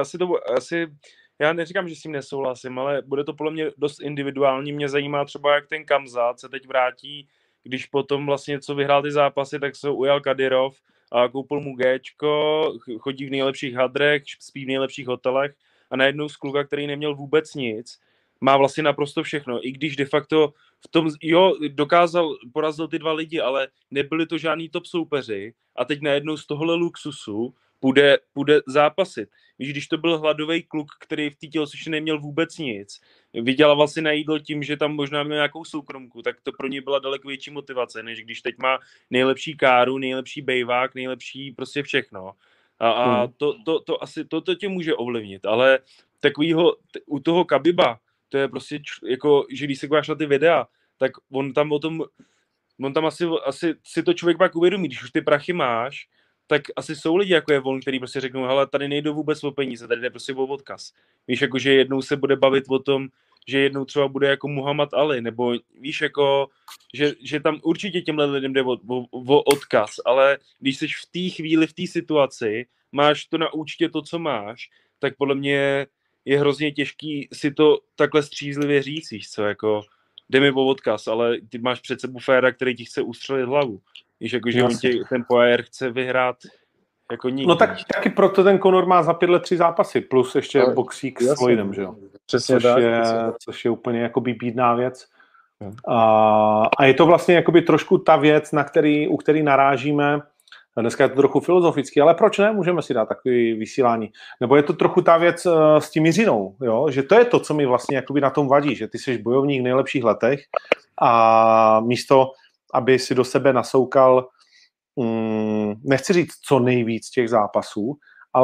já neříkám, že s tím nesouhlasím, ale bude to podle mě dost individuální. Mě zajímá třeba, jak ten Khamzat se teď vrátí, když potom vlastně, co vyhrál ty zápasy, tak se ujal Kadyrov a koupil mu Gčko, chodí v nejlepších hadrech, spí v nejlepších hotelech a najednou z kluka, který neměl vůbec nic, má vlastně naprosto všechno. I když de facto v tom, porazil ty 2 lidi, ale nebyli to žádný top soupeři a teď najednou z tohohle luxusu půjde zápasit. Víš, když to byl hladový kluk, který v té tělocvičně neměl vůbec nic, vydělával si na jídlo tím, že tam možná měl nějakou soukromku, tak to pro ně byla daleko větší motivace, než když teď má nejlepší káru, nejlepší bejvák, nejlepší prostě všechno. A to asi to tě může ovlivnit, ale takovýho, u toho Khabiba, to je prostě jako, že když se koukáš na ty videa, tak on tam asi si to člověk pak uvědomí, když už ty prachy máš, tak asi jsou lidi, jako je on, který prostě řeknou, hele, tady nejde vůbec o peníze, tady jde prostě o odkaz. Víš, jakože jednou se bude bavit o tom, že jednou třeba bude jako Muhammad Ali, nebo víš, jako, že tam určitě těmhle lidem jde o odkaz, ale když jsi v té chvíli, v té situaci, máš to na účtě to, co máš, tak podle mě je hrozně těžký si to takhle střízlivě říct, víš co, jako jde mi o odkaz, ale ty máš před sebou féra, který ti chce ustřelit hlavu. Víš, jako, že on tě, ten Poirier chce vyhrát jako nikdy. No tak taky proto ten Conor má za 5 let 3 zápasy, plus ještě boxík s Floydem, že jo? Přesně Což je úplně jakoby bídná věc. A je to vlastně jakoby trošku ta věc, u který narážíme. Dneska je to trochu filozofický, ale proč ne? Můžeme si dát takový vysílání. Nebo je to trochu ta věc s tím Jiřinou, jo? Že to je to, co mi vlastně jakoby na tom vadí, že ty jsi bojovník v nejlepších letech a místo, aby si do sebe nasoukal, nechci říct co nejvíc těch zápasů,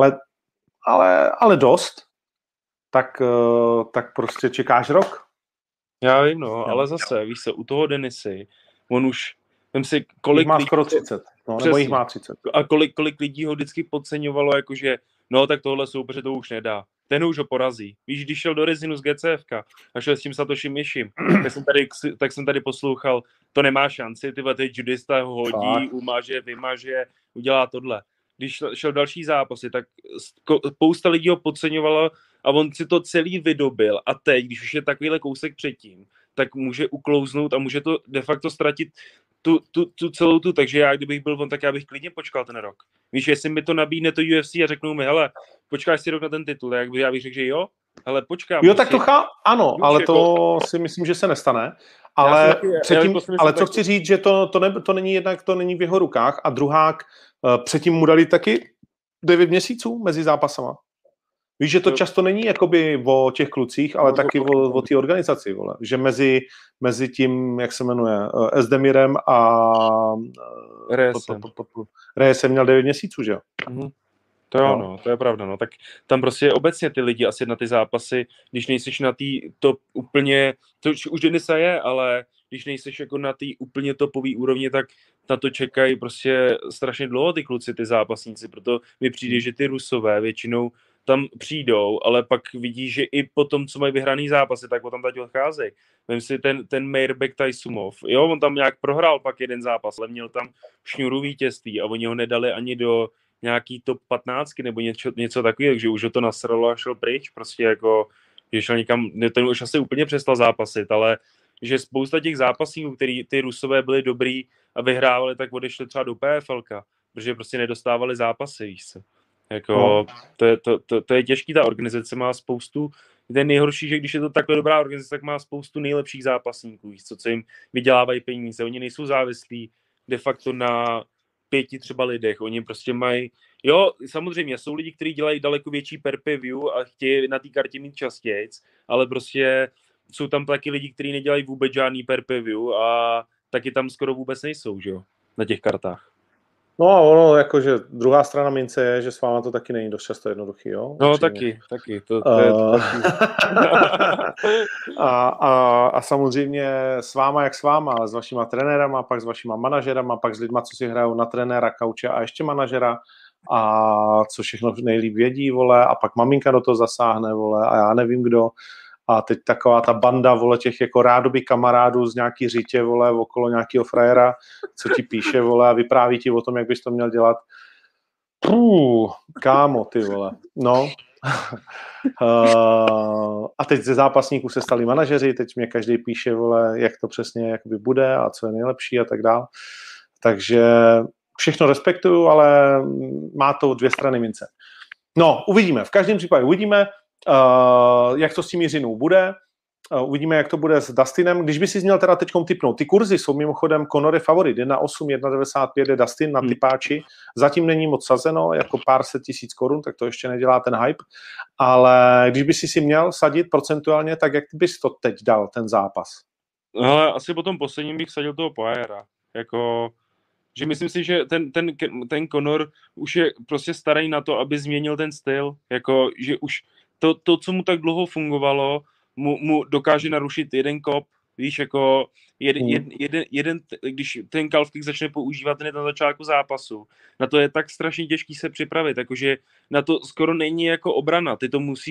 ale dost, tak prostě čekáš rok. Já vím, no, ale zase, víš se, u toho Denisy, on už, vem si, kolik má lidí, skoro 30, no, nebo jich má 30. A kolik lidí ho vždycky podceňovalo, jakože, no tak tohle soupeře to už nedá. Ten už ho porazí. Víš, když šel do Rezinu z GCFka a šel s tím Satošim Ishim, tak jsem tady poslouchal, to nemá šanci, ty judista ho hodí, umaže, vymaže, udělá tohle. Když šel další zápasy, tak spousta lidí ho podceňovalo a on si to celý vydobil a teď, když už je takovýhle kousek předtím, tak může uklouznout a může to de facto ztratit tu celou tu, takže já, kdybych byl on, tak já bych klidně počkal ten rok. Víš, jestli mi to nabídne to UFC a řeknou mi, hele, počkáš si rok na ten titul, já bych řekl, že jo, hele, počkám. Jo, tak to ano, už ale jako, to si myslím, že se nestane. Ale co chci říct, že to není jednak, to není v jeho rukách a druhák, předtím mu dali taky 9 měsíců mezi zápasama. Víš, že to často není jakoby o těch klucích, ale taky o té organizaci, vole. Že mezi tím, jak se jmenuje, Esdemirem a Reyesem měl 9 měsíců, že jo? To jo, no, to je pravda, no, tak tam prostě obecně ty lidi asi na ty zápasy, když nejseš na tý top úplně, to už Denisa je, ale když nejseš jako na té úplně topové úrovni, tak na to čekají prostě strašně dlouho ty kluci, ty zápasníci, proto mi přijde, že ty Rusové většinou tam přijdou, ale pak vidí, že i po tom, co mají vyhraný zápasy, tak potom teď odcházejí. Vem si ten Mairbek Tysumov, jo, on tam nějak prohrál pak jeden zápas, ale měl tam šňůru vítězství a oni ho nedali ani do nějaký top 15 nebo něco takového, takže už ho to nasralo a šel pryč, prostě jako, že šel někam, ten už asi úplně přestal zápasit, ale že spousta těch zápasníků, který ty Rusové byli dobrý a vyhrávali, tak odešli třeba do PFLka, protože prostě nedostávali zápasy, víš co. Jako, to je těžký, ta organizace má spoustu, ten nejhorší, že když je to takhle dobrá organizace, tak má spoustu nejlepších zápasníků, víš co jim vydělávají peníze, oni nejsou závislí de facto na 5 třeba lidech, oni prostě mají, jo, samozřejmě jsou lidi, kteří dělají daleko větší per-view a chtějí na té kartě mít častějc, ale prostě jsou tam taky lidi, kteří nedělají vůbec žádný per-view a taky tam skoro vůbec nejsou, že jo, na těch kartách. No a ono, jakože druhá strana mince je, že s váma to taky není dost často jednoduchý, jo? No taky. To je a samozřejmě s váma jak s váma, ale s vašima trenérama, pak s vašima manažerama, pak s lidma, co si hrajou na trenéra, kauče a ještě manažera a co všechno nejlíp vědí, vole, a pak maminka do toho zasáhne, vole, a já nevím kdo. A teď taková ta banda, vole, těch jako rádoby kamarádů z nějaký řitě, vole, okolo nějakého frajera, co ti píše, vole, a vypráví ti o tom, jak bys to měl dělat. Kámo, ty vole. No. A teď ze zápasníků se stali manažeři, teď mě každý píše, vole, jak to přesně jakoby bude a co je nejlepší a tak dál. Takže všechno respektuju, ale má to 2 strany mince. No, uvidíme. V každém případě uvidíme, jak to s tím Jiřinou bude. Uvidíme, jak to bude s Dustinem. Když by si měl teda teďkom tipnout, ty kurzy jsou mimochodem Conor je favorit. 1,8, 1,95 je Dustin na typáči. Zatím není moc sazeno, jako pár set tisíc korun, tak to ještě nedělá ten hype. Ale když by si měl sadit procentuálně, tak jak bys to teď dal, ten zápas? Ale asi po tom posledním bych sadil toho Poiriera. Jako, že myslím si, že ten Conor už je prostě starý na to, aby změnil ten styl. Jako, že už to, co mu tak dlouho fungovalo, mu dokáže narušit jeden kop, víš, jako jeden, když ten calf kick začne používat hned na začátku zápasu, na to je tak strašně těžký se připravit, jakože na to skoro není jako obrana, ty to musíš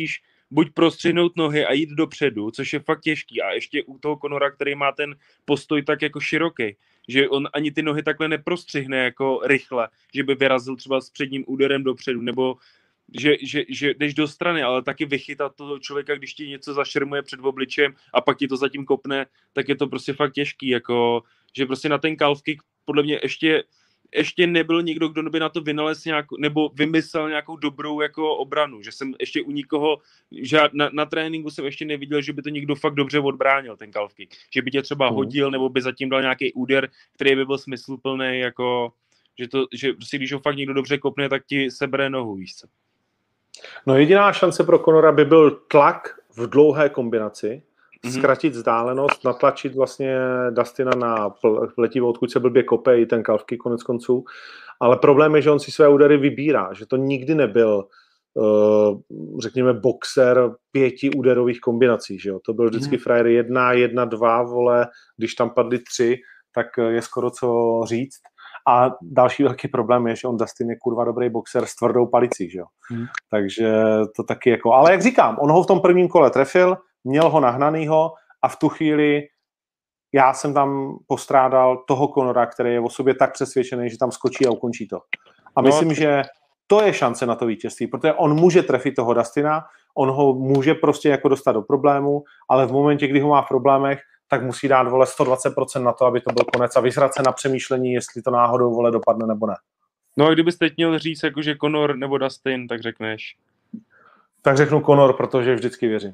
buď prostřihnout nohy a jít dopředu, což je fakt těžký. A ještě u toho Conora, který má ten postoj tak jako široký, že on ani ty nohy takhle neprostřihne jako rychle, že by vyrazil třeba s předním úderem dopředu, nebo že jdeš do strany, ale taky vychytat toho člověka, když ti něco zašermuje před obličem a pak ti to zatím kopne, tak je to prostě fakt těžký, jako, že prostě na ten calf kick podle mě ještě nebyl nikdo, kdo by na to vynalez nebo vymyslel nějakou dobrou jako obranu, že jsem ještě u nikoho, že na tréninku jsem ještě neviděl, že by to někdo fakt dobře odbránil, ten calf kick, že by tě třeba hodil, nebo by zatím dal nějaký úder, který by byl smysluplný, jako, že prostě když ho fakt někdo dobře kopne, tak ti sebere nohu, víš co. No jediná šance pro Conora by byl tlak v dlouhé kombinaci, zkratit vzdálenost, natlačit vlastně Dustina na letivo, odkud se blbě kope i ten calf kick konec konců. Ale problém je, že on si své údery vybírá, že to nikdy nebyl, řekněme, boxer 5 úderových kombinací, že jo? To byl vždycky frajer 1, 1, 2, vole, když tam padly 3, tak je skoro co říct. A další velký problém je, že on Dustin je kurva dobrý boxer s tvrdou palicí, že jo? Takže to taky jako, ale jak říkám, on ho v tom prvním kole trefil, měl ho nahnanýho a v tu chvíli já jsem tam postrádal toho Conora, který je o sobě tak přesvědčený, že tam skočí a ukončí to. A myslím, že to je šance na to vítězství, protože on může trefit toho Dustina, on ho může prostě jako dostat do problému, ale v momentě, kdy ho má v problémech, tak musí dát, vole, 120% na to, aby to byl konec a vyzrat se na přemýšlení, jestli to náhodou, vole, dopadne nebo ne. No a kdybys teď měl říct, jakože Conor nebo Dustin, tak řekneš? Tak řeknu Conor, protože vždycky věřím.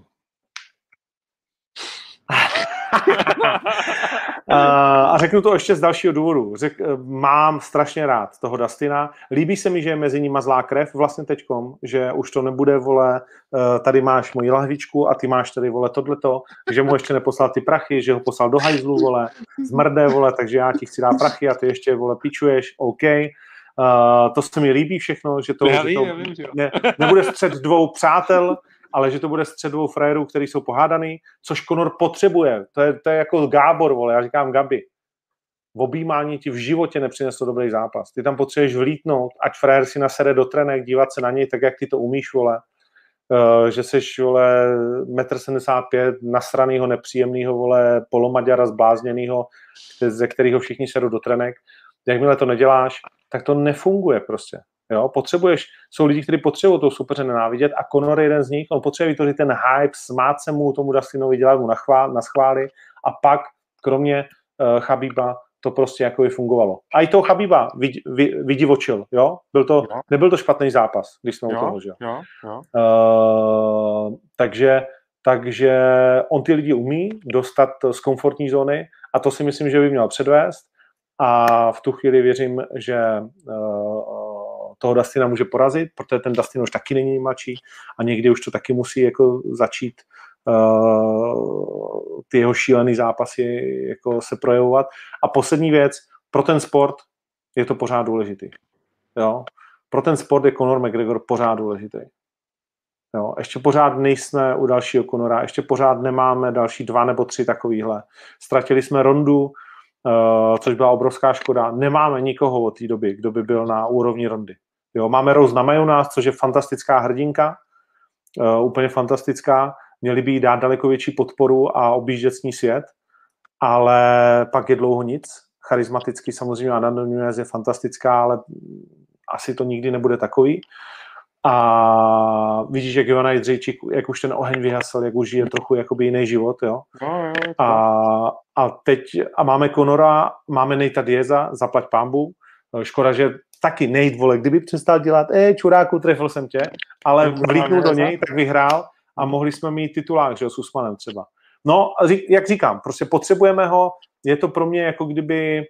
A řeknu to ještě z dalšího důvodu. Mám strašně rád toho Dustina. Líbí se mi, že je mezi nimi zlá krev vlastně teďkom, že už to nebude, vole, tady máš moji lahvičku a ty máš tady, vole, tohleto, že mu ještě neposlal ty prachy, že ho poslal do hajzlu, vole, zmrde, vole, takže já ti chci dát prachy a ty ještě, vole, pičuješ, OK. To se mi líbí všechno, že to, nebude střed dvou přátel, ale že to bude střed dvou frajerů, který jsou pohádaný, což Conor potřebuje. To je jako Gábor, vole, já říkám Gabi. V objímání ti v životě nepřineslo dobrý zápas. Ty tam potřebuješ vlítnout, ať frajer si nasede do trenek, dívat se na něj tak, jak ty to umíš, vole. Že seš, vole, 1,75 m, nasranýho, nepříjemnýho, vole, polomaďara zblázněnýho, ze kterého všichni sedou do trenek. Jakmile to neděláš, tak to nefunguje prostě. Jo, jsou lidi, kteří potřebují toho soupeře nenávidět a Conor je jeden z nich, on potřebuje vytvořit ten hype, smát se mu, tomu Dustinovi, dělat mu na schvály a pak, kromě Khabíba, to prostě jako fungovalo. A i toho Khabíba vydivočil, jo? Nebyl to špatný zápas, když jsme u toho, že jo? Takže on ty lidi umí dostat z komfortní zóny a to si myslím, že by měl předvést a v tu chvíli věřím, že toho Dustina může porazit, protože ten Dustin už taky není mladší a někdy už to taky musí jako začít ty jeho šílený zápasy jako se projevovat. A poslední věc, pro ten sport je to pořád důležitý. Jo? Pro ten sport je Conor McGregor pořád důležitý. Jo? Ještě pořád nejsme u dalšího Conora, ještě pořád nemáme další 2 nebo 3 takovýhle. Ztratili jsme Rondu, což byla obrovská škoda. Nemáme nikoho od té doby, kdo by byl na úrovni Rondy. Jo, máme Rose Namajunas, což je fantastická hrdinka, úplně fantastická. Měli by jí dát daleko větší podporu a objíždět s ní svět, ale pak je dlouho nic. Charismaticky samozřejmě Amanda Nunes je fantastická, ale asi to nikdy nebude takový. A vidíš, jak Joanna Jędrzejčík, jak už ten oheň vyhasl, jak už žije trochu jakoby jiný život, jo. A máme Conora, máme Natea Diaza, zaplať pánbu. Škoda, že taky Nate, vole, kdyby přestal dělat, čuráku, trefil jsem tě, ale vlítnul do něj, tak vyhrál a mohli jsme mít titulák, že jo, s Usmanem třeba. No, jak říkám, prostě potřebujeme ho, je to pro mě jako kdyby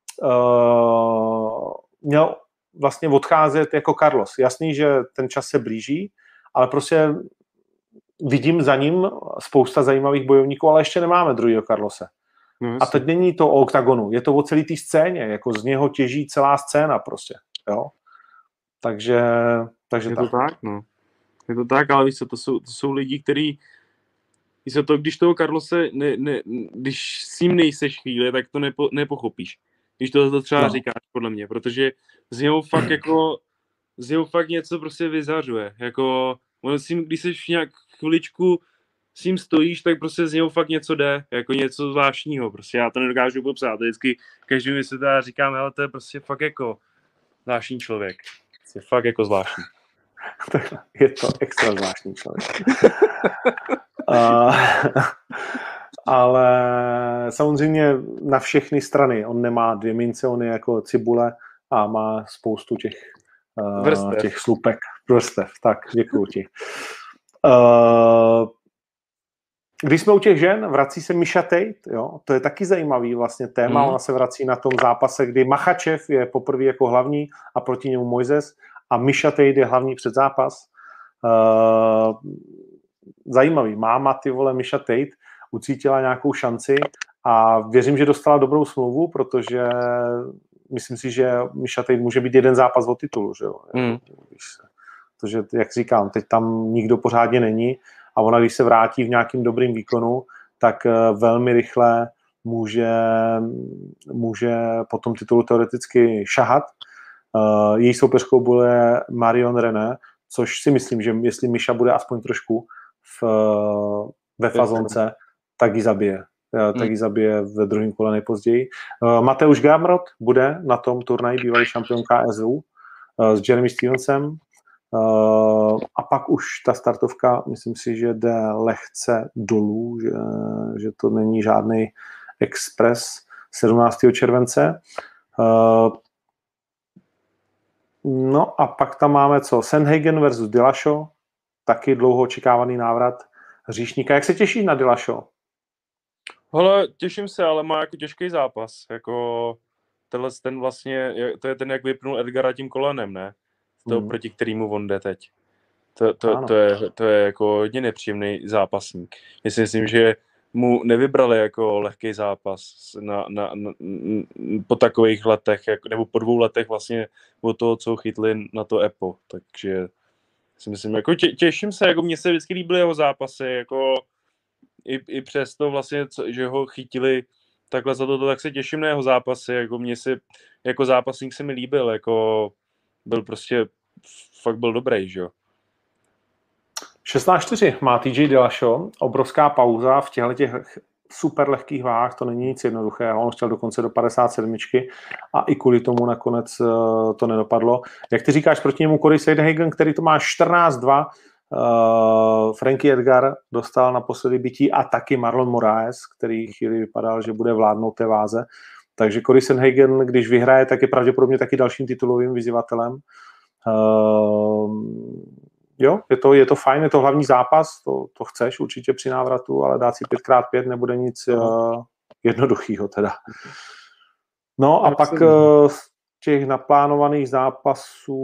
měl vlastně odcházet jako Carlos. Jasný, že ten čas se blíží, ale prostě vidím za ním spousta zajímavých bojovníků, ale ještě nemáme druhýho Carlose. No, a teď není to o oktagonu, je to o celé té scéně, jako z něho těží celá scéna prostě, jo. Takže je to tak, no. Je to tak, ale víš co, to jsou lidi, kteří, víš co, to, když toho Carlose, když s ním nejseš chvíli, tak to nepochopíš. Když to třeba říkáš, podle mě, protože z něho fakt něco prostě vyzařuje, jako Když jsi nějak chviličku s ním stojíš, tak prostě z něho fakt něco jde, jako něco zvláštního, prostě já to nedokážu popsat, vždycky každý mi se teda říkám, hele, to je prostě fakt jako zvláštní člověk, je fakt jako zvláštní. Je to extra zvláštní člověk. Ale samozřejmě na všechny strany, on nemá 2 mince, on je jako cibule a má spoustu těch slupek, vrstev, tak děkuju ti. Když jsme u těch žen, vrací se Miesza Tate, jo? To je taky zajímavý vlastně téma, ona se vrací na tom zápase, kdy Makhačev je poprvé jako hlavní a proti němu Moises a Miesza Tate je hlavní předzápas. Zajímavý, máma ty vole Miesza Tate ucítila nějakou šanci a věřím, že dostala dobrou smlouvu, protože myslím si, že Miesza Tate může být jeden zápas o titulu, že jo? Protože, jak říkám, teď tam nikdo pořádně není a ona, když se vrátí v nějakým dobrým výkonu, tak velmi rychle může po tom titulu teoreticky šahat. Její soupeřkou bude Marion René, což si myslím, že jestli Miesza bude aspoň trošku ve fazonce, tak ji zabije. Tak ji zabije v druhém kole nejpozději. Mateusz Gamrot bude na tom turnaji, bývalý šampion KSU s Jeremy Stevensem. A pak už ta startovka, myslím si, že jde lehce dolů, že to není žádný expres 17. července. No a pak tam máme co? Sandhagen versus Dillashaw, taky dlouho očekávaný návrat hříšníka. Jak se těšíš na Dillashaw? Hele, těším se, ale má jako těžký zápas. Jako ten vlastně, to je ten, jak vypnul Edgara tím kolenem, ne? To, proti kterému on jde teď. To je jako hodně nepříjemný zápasník. Myslím, že mu nevybrali jako lehký zápas po takových letech, nebo po 2 letech vlastně od toho, co chytli na to EPO. Takže si myslím, jako těším se, jako mně se vždycky líbily jeho zápasy, jako i přesto vlastně, že ho chytili takhle za to, tak se těším na jeho zápasy, jako mě si, jako zápasník se mi líbil, jako byl prostě, fakt byl dobrý, že jo. 16-4 má TJ Dillashaw, obrovská pauza v těchto super lehkých váhách, to není nic jednoduchého, on chtěl dokonce do 57 a i kvůli tomu nakonec to nedopadlo. Jak ty říkáš proti němu Cory Sandhagen, který to má 14-2, Frankie Edgar dostal naposledy bytí a taky Marlon Moraes, který chvíli vypadal, že bude vládnout té váze. Takže Cory Sandhagen, když vyhraje, tak je pravděpodobně taky dalším titulovým vyzývatelem. Jo, je to fajn, je to hlavní zápas, to chceš určitě při návratu, ale dát si 5x5 nebude nic jednoduchýho teda. No a pak z těch naplánovaných zápasů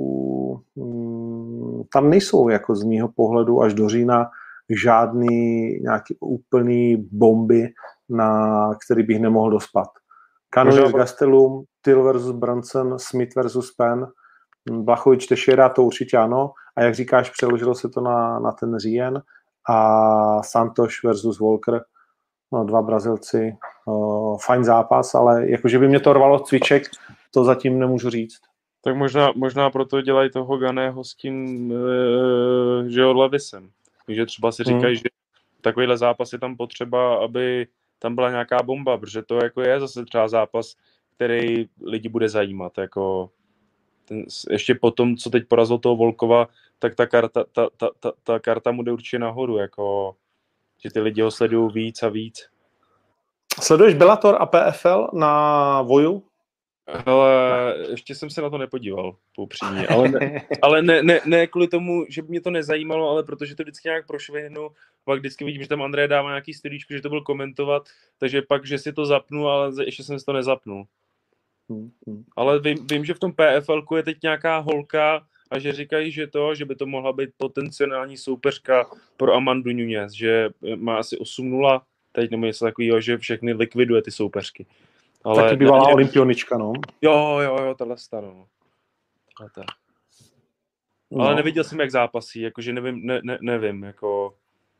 tam nejsou jako z mýho pohledu až do října žádný nějaký úplný bomby, na který bych nemohl dospat. Cannonier Gastelum, Till versus Brunson, Smith versus Penn, Blachowicz Teixeira, to určitě ano. A jak říkáš, přeložilo se to na ten říjen. A Santos versus Walker, no, 2 Brazilci, fajn zápas, ale jakože by mě to rvalo cviček, to zatím nemůžu říct. Tak možná proto dělají toho Ganého s tím, že Levisem. Takže třeba si říkají, že takovýhle zápas je tam potřeba, aby tam byla nějaká bomba, protože to jako je zase třeba zápas, který lidi bude zajímat. Jako ještě po tom, co teď porazil toho Volkova, tak ta karta mu jde určitě nahoru, jako, že ty lidi ho sledují víc a víc. Sleduješ Bellator a PFL na Voju? Ale ještě jsem se na to nepodíval, upřímně. Ale ne kvůli tomu, že by mě to nezajímalo, ale protože to vždycky nějak prošvihnu, pak vždycky vidím, že tam Andrej dává nějaký studičku, že to byl komentovat, takže pak, že si to zapnu, ale ještě jsem si to nezapnul. Ale vím, že v tom PFL-ku je teď nějaká holka a že říkají, že by to mohla být potenciální soupeřka pro Amandu Nunes, že má asi 8-0, teď nebo něco takového, že všechny likviduje ty soupeřky. Ale taky bývalá olympionička, no. Jo, tahle stanu. No. Ale neviděl jsem, jak zápasí, jakože nevím, jako...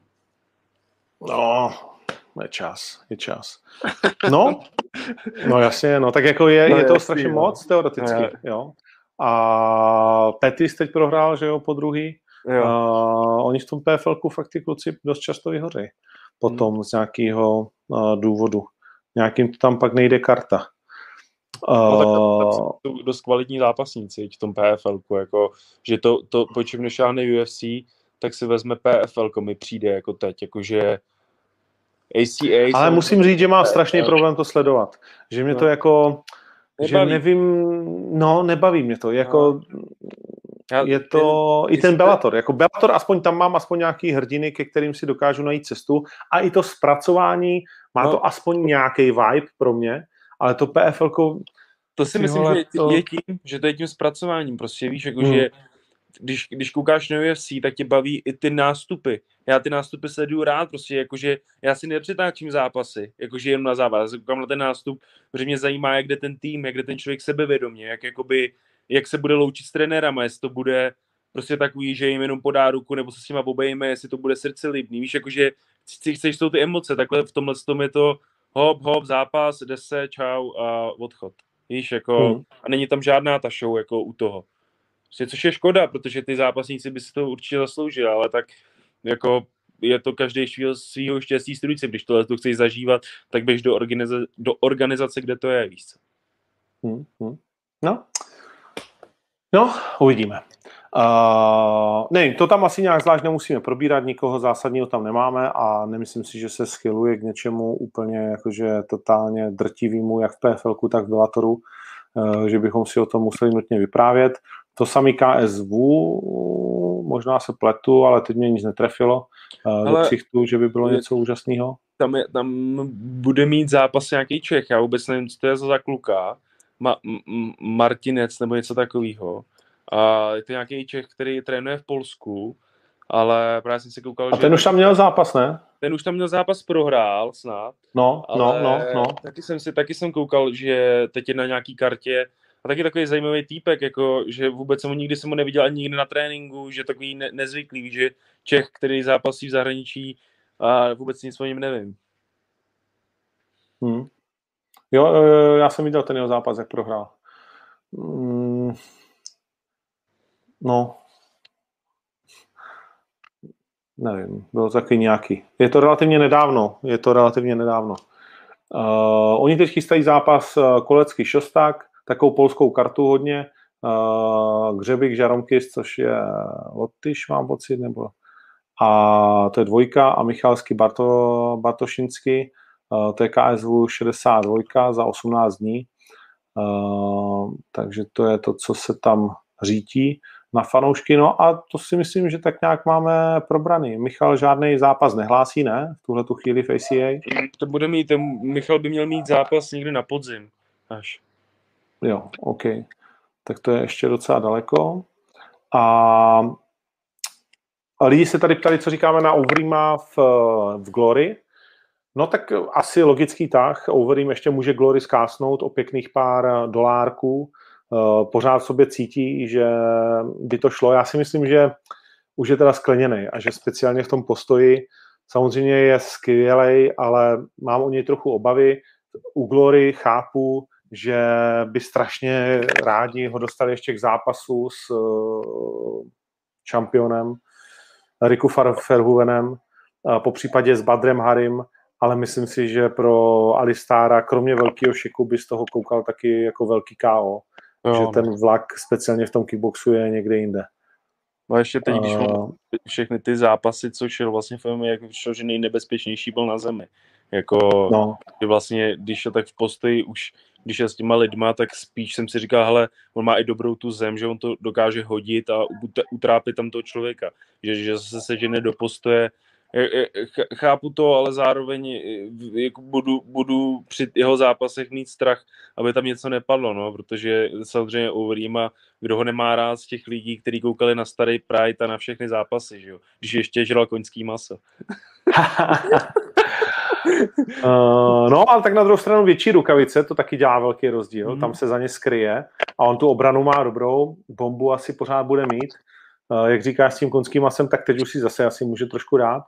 No, je čas. No jasně, no, tak jako je to strašně moc, teoreticky, jo. A Pettis teď prohrál, že jo, po druhý. Oni v tom PFL-ku fakt ty kluci dost často vyhoří. Potom z nějakého důvodu. Nějakým to tam pak nejde karta. No, tak jsou dost kvalitní zápasníci v tom PFL-ku, jako, že to po čem nešáhne UFC, tak si vezme PFL-ko, mi přijde jako teď, jakože ACA... Ale musím říct, že mám strašný problém to sledovat. Že mě to jako... Nebaví. Že nevím... No, nebaví mě to. Jako... Je to i ten Bellator. Jako Bellator, aspoň tam mám aspoň nějaký hrdiny, ke kterým si dokážu najít cestu. A i to zpracování má to aspoň nějaký vibe pro mě, ale to PFL-ko... To si myslím, že je tím, že to je tím zpracováním. Prostě víš, jakože když koukáš na UFC, tak tě baví i ty nástupy. Já ty nástupy sleduju rád, prostě jakože já si nepřetáčím zápasy, jakože jenom na zápas. Já koukám na ten nástup, protože mě zajímá, jak jde ten tým, jak jde ten člověk sebevědomě, jak se bude loučit s trenérama, jestli to bude prostě takový, že jim jenom podá ruku, nebo se s nima obejme, jestli to bude srdcelibný. Víš, jakože chceš jsou ty emoce, takhle v tomhle tom je to hop, zápas, jde se, čau a odchod. Víš, jako, a není tam žádná ta show jako u toho. Což je škoda, protože ty zápasníci by si to určitě zasloužili, ale tak jako je to každý svýho štěstí studující. Když tohle to chceš zažívat, tak běž do organizace, kde to je, víš co. No, uvidíme. Nevím, to tam asi nějak zvlášť nemusíme probírat, nikoho zásadního tam nemáme a nemyslím si, že se schyluje k něčemu úplně jakože totálně drtivýmu, jak v PFL-ku, tak v Bellatoru, že bychom si o tom museli nutně vyprávět. To samý KSV, možná se pletu, ale teď mě nic netrefilo do ksichtu, že by bylo něco úžasného. Tam bude mít zápas nějaký Čech, já vůbec nevím, co to je za kluka, Martinec nebo něco takového. A je to nějaký Čech, který trénuje v Polsku, ale právě jsem si koukal, a ten už tam měl zápas, ne? Ten už tam měl zápas, prohrál snad. No. Taky jsem koukal, že teď je na nějaký kartě a taky takový zajímavý týpek, jako, že vůbec nikdy jsem ho neviděl ani nikdy na tréninku, že takový nezvyklý, že Čech, který zápasí v zahraničí a vůbec nic o něm nevím. Jo, já jsem viděl ten jeho zápas, jak prohrál. No. Nevím, bylo taky nějaký. Je to relativně nedávno. Oni teď chystají zápas Kolecký Šosták, takovou polskou kartu hodně. Gřebik Žaromkis, což je Lotyš, mám pocit, nebo... A to je 2 a Michalský Bartošinský, to je KSV 62 za 18 dní. Takže to je to, co se tam řítí na fanoušky, no a to si myslím, že tak nějak máme probraný. Michal žádný zápas nehlásí, ne? V tuhletu chvíli v ACA. To bude mít, Michal by měl mít zápas někdy na podzim. Až. Jo, OK. Tak to je ještě docela daleko. A lidi se tady ptali, co říkáme na Overeema v Glory. No tak asi logický tah. Overeem ještě může Glory zkásnout o pěkných pár dolárků. Pořád v sobě cítí, že by to šlo. Já si myslím, že už je teda skleněný a že speciálně v tom postoji samozřejmě je skvělej, ale mám o něj trochu obavy. U Glory chápu, že by strašně rádi ho dostali ještě k zápasu s šampionem Riku Verhoevenem, po případě s Badrem Harim, ale myslím si, že pro Alistára, kromě velkého šiku, by z toho koukal taky jako velký KO. Že ten vlak speciálně v tom kickboxu je někde jinde. No a ještě teď, když všechny ty zápasy, co šel vlastně v MMA, jak šel, že nejnebezpečnější byl na zemi. Jako, že vlastně, když je tak v postoji už, když je s těma lidma, tak spíš jsem si říkal, hele, on má i dobrou tu zem, že on to dokáže hodit a utrápit tam toho člověka. Že zase se žene do postoje. Chápu to, ale zároveň jako budu při jeho zápasech mít strach, aby tam něco nepadlo, no, protože samozřejmě Overeema, kdo ho nemá rád z těch lidí, kteří koukali na starý Pride a na všechny zápasy, že jo, když ještě žral koňský maso. No, ale tak na druhou stranu větší rukavice, to taky dělá velký rozdíl, tam se za ně skryje a on tu obranu má dobrou, bombu asi pořád bude mít. Jak říkáš s tím koňským masem, tak teď už si zase asi může trošku dát.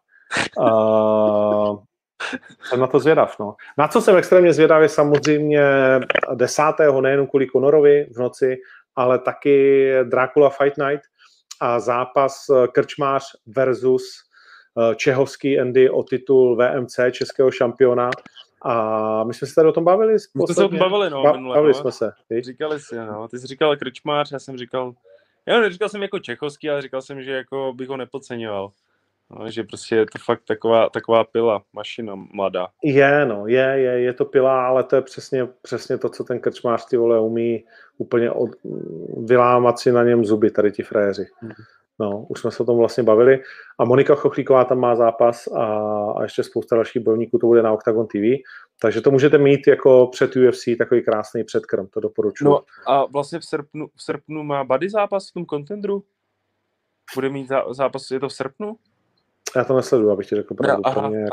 Jsem na to zvědav. No. Na co jsem extrémně zvědav je samozřejmě 10. nejenom kvůli Conorovi v noci, ale taky Dracula Fight Night. a zápas Krčmář versus Čehovský Andy o titul VMC českého šampiona. A my jsme se tady o tom bavili. My jsme se o tom bavili, no. Bavili jsme se. Říkali si, no. Ty jsi říkal Krčmář, já jsem říkal jsem jako Čechovský, ale říkal jsem, že jako bych ho nepodceňoval. No, že prostě je to fakt taková pila, mašina mladá. Je to pila, ale to je přesně to, co ten Krčmář, ty vole, umí úplně vylámat si na něm zuby, tady ti frajeři. No, už jsme se o tom vlastně bavili. A Monika Chochlíková tam má zápas a ještě spousta dalších bojovníků, to bude na Octagon TV. Takže to můžete mít jako před UFC takový krásný předkrm, to doporučuji. No a vlastně v srpnu má Buddy zápas v tom contendru? Bude mít zápas, je to v srpnu? Já to nesleduju, abych ti řekl pravdu.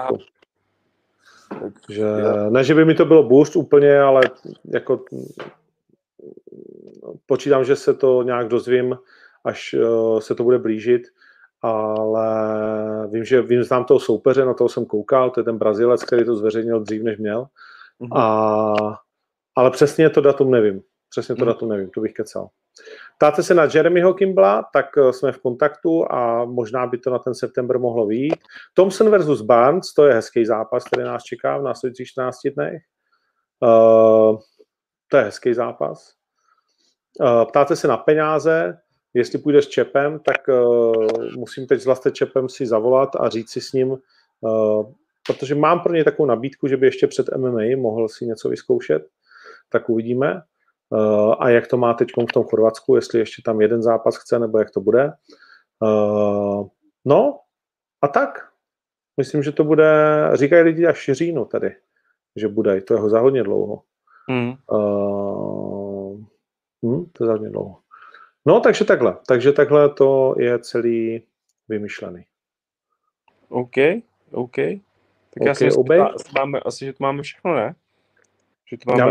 Takže, ne, že by mi to bylo boost úplně, ale jako počítám, že se to nějak dozvím, až se to bude blížit, ale znám toho soupeře, na toho jsem koukal, to je ten Brazilec, který to zveřejnil dřív, než měl. Ale přesně to datum nevím. To bych kecal. Ptáte se na Jeremyho Kimbla, tak jsme v kontaktu a možná by to na ten september mohlo vyjít. Thompson versus Barnes, to je hezký zápas, který nás čeká v následujících 14 dnech. To je hezký zápas. Ptáte se na peníze, jestli půjdeš s Čepem, tak musím teď s Vlastem Čepem si zavolat a říct si s ním, protože mám pro něj takovou nabídku, že by ještě před MMA mohl si něco vyzkoušet, tak uvidíme. A jak to má teď v tom Chorvatsku, jestli ještě tam jeden zápas chce, nebo jak to bude. No a tak. Myslím, že to bude, říkají lidi až říjnu tady, že bude, to je za hodně dlouho. To je za hodně dlouho. No, takže takhle to je celý vymyšlený. OK. Tak já si myslím, že to máme všechno, ne? Že to máme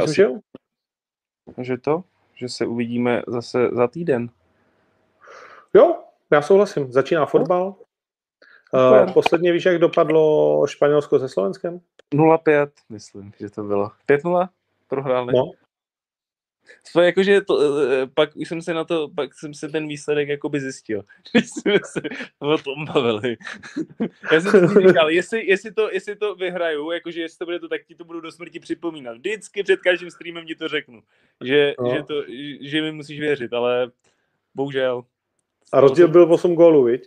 že se uvidíme zase za týden. Jo, já souhlasím. Začíná fotbal. Posledně víš, jak dopadlo Španělsko se Slovenskem? 0-5, myslím, že to bylo. 5-0 prohráli. No. Jakože pak jsem se ten výsledek jakoby zjistil, když jsme se o tom bavili. Já jsem si říkal, jestli to vyhraju, jakože jestli to bude to, tak ti to budu do smrti připomínat. Vždycky před každým streamem ti to řeknu, že mi musíš věřit, ale bohužel. A rozdíl byl 8 gólů, viď?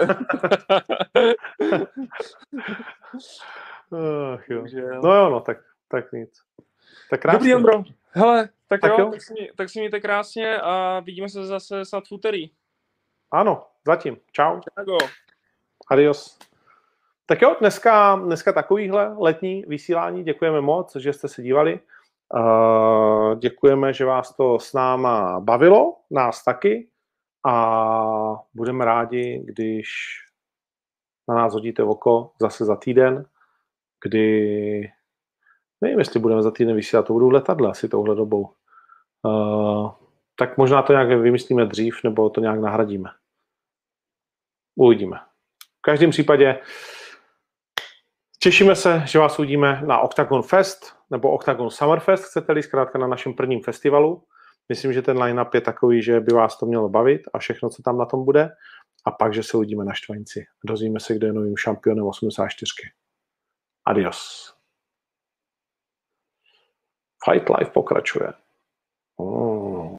No jo, tak nic. Tak krásně. Dobrý, Ondro. Hele, tak si mějte krásně a vidíme se zase snad v úterý. Ano, zatím. Čau. Čau. Adios. Tak jo, dneska takovýhle letní vysílání. Děkujeme moc, že jste se dívali. Děkujeme, že vás to s náma bavilo, nás taky. A budeme rádi, když na nás hodíte oko zase za týden, kdy nevím, jestli budeme za týden vysílat, to budou letadla asi touhle dobou. Tak možná to nějak vymyslíme dřív, nebo to nějak nahradíme. Uvidíme. V každém případě těšíme se, že vás uvidíme na Octagon Fest, nebo Octagon Summer Fest, chcete-li, zkrátka na našem prvním festivalu. Myslím, že ten line-up je takový, že by vás to mělo bavit a všechno, co tam na tom bude. A pak, že se uvidíme na Štvanici. Dozvíme se, kdo je novým šampionem 84. Adios. Fight Life pokračuje.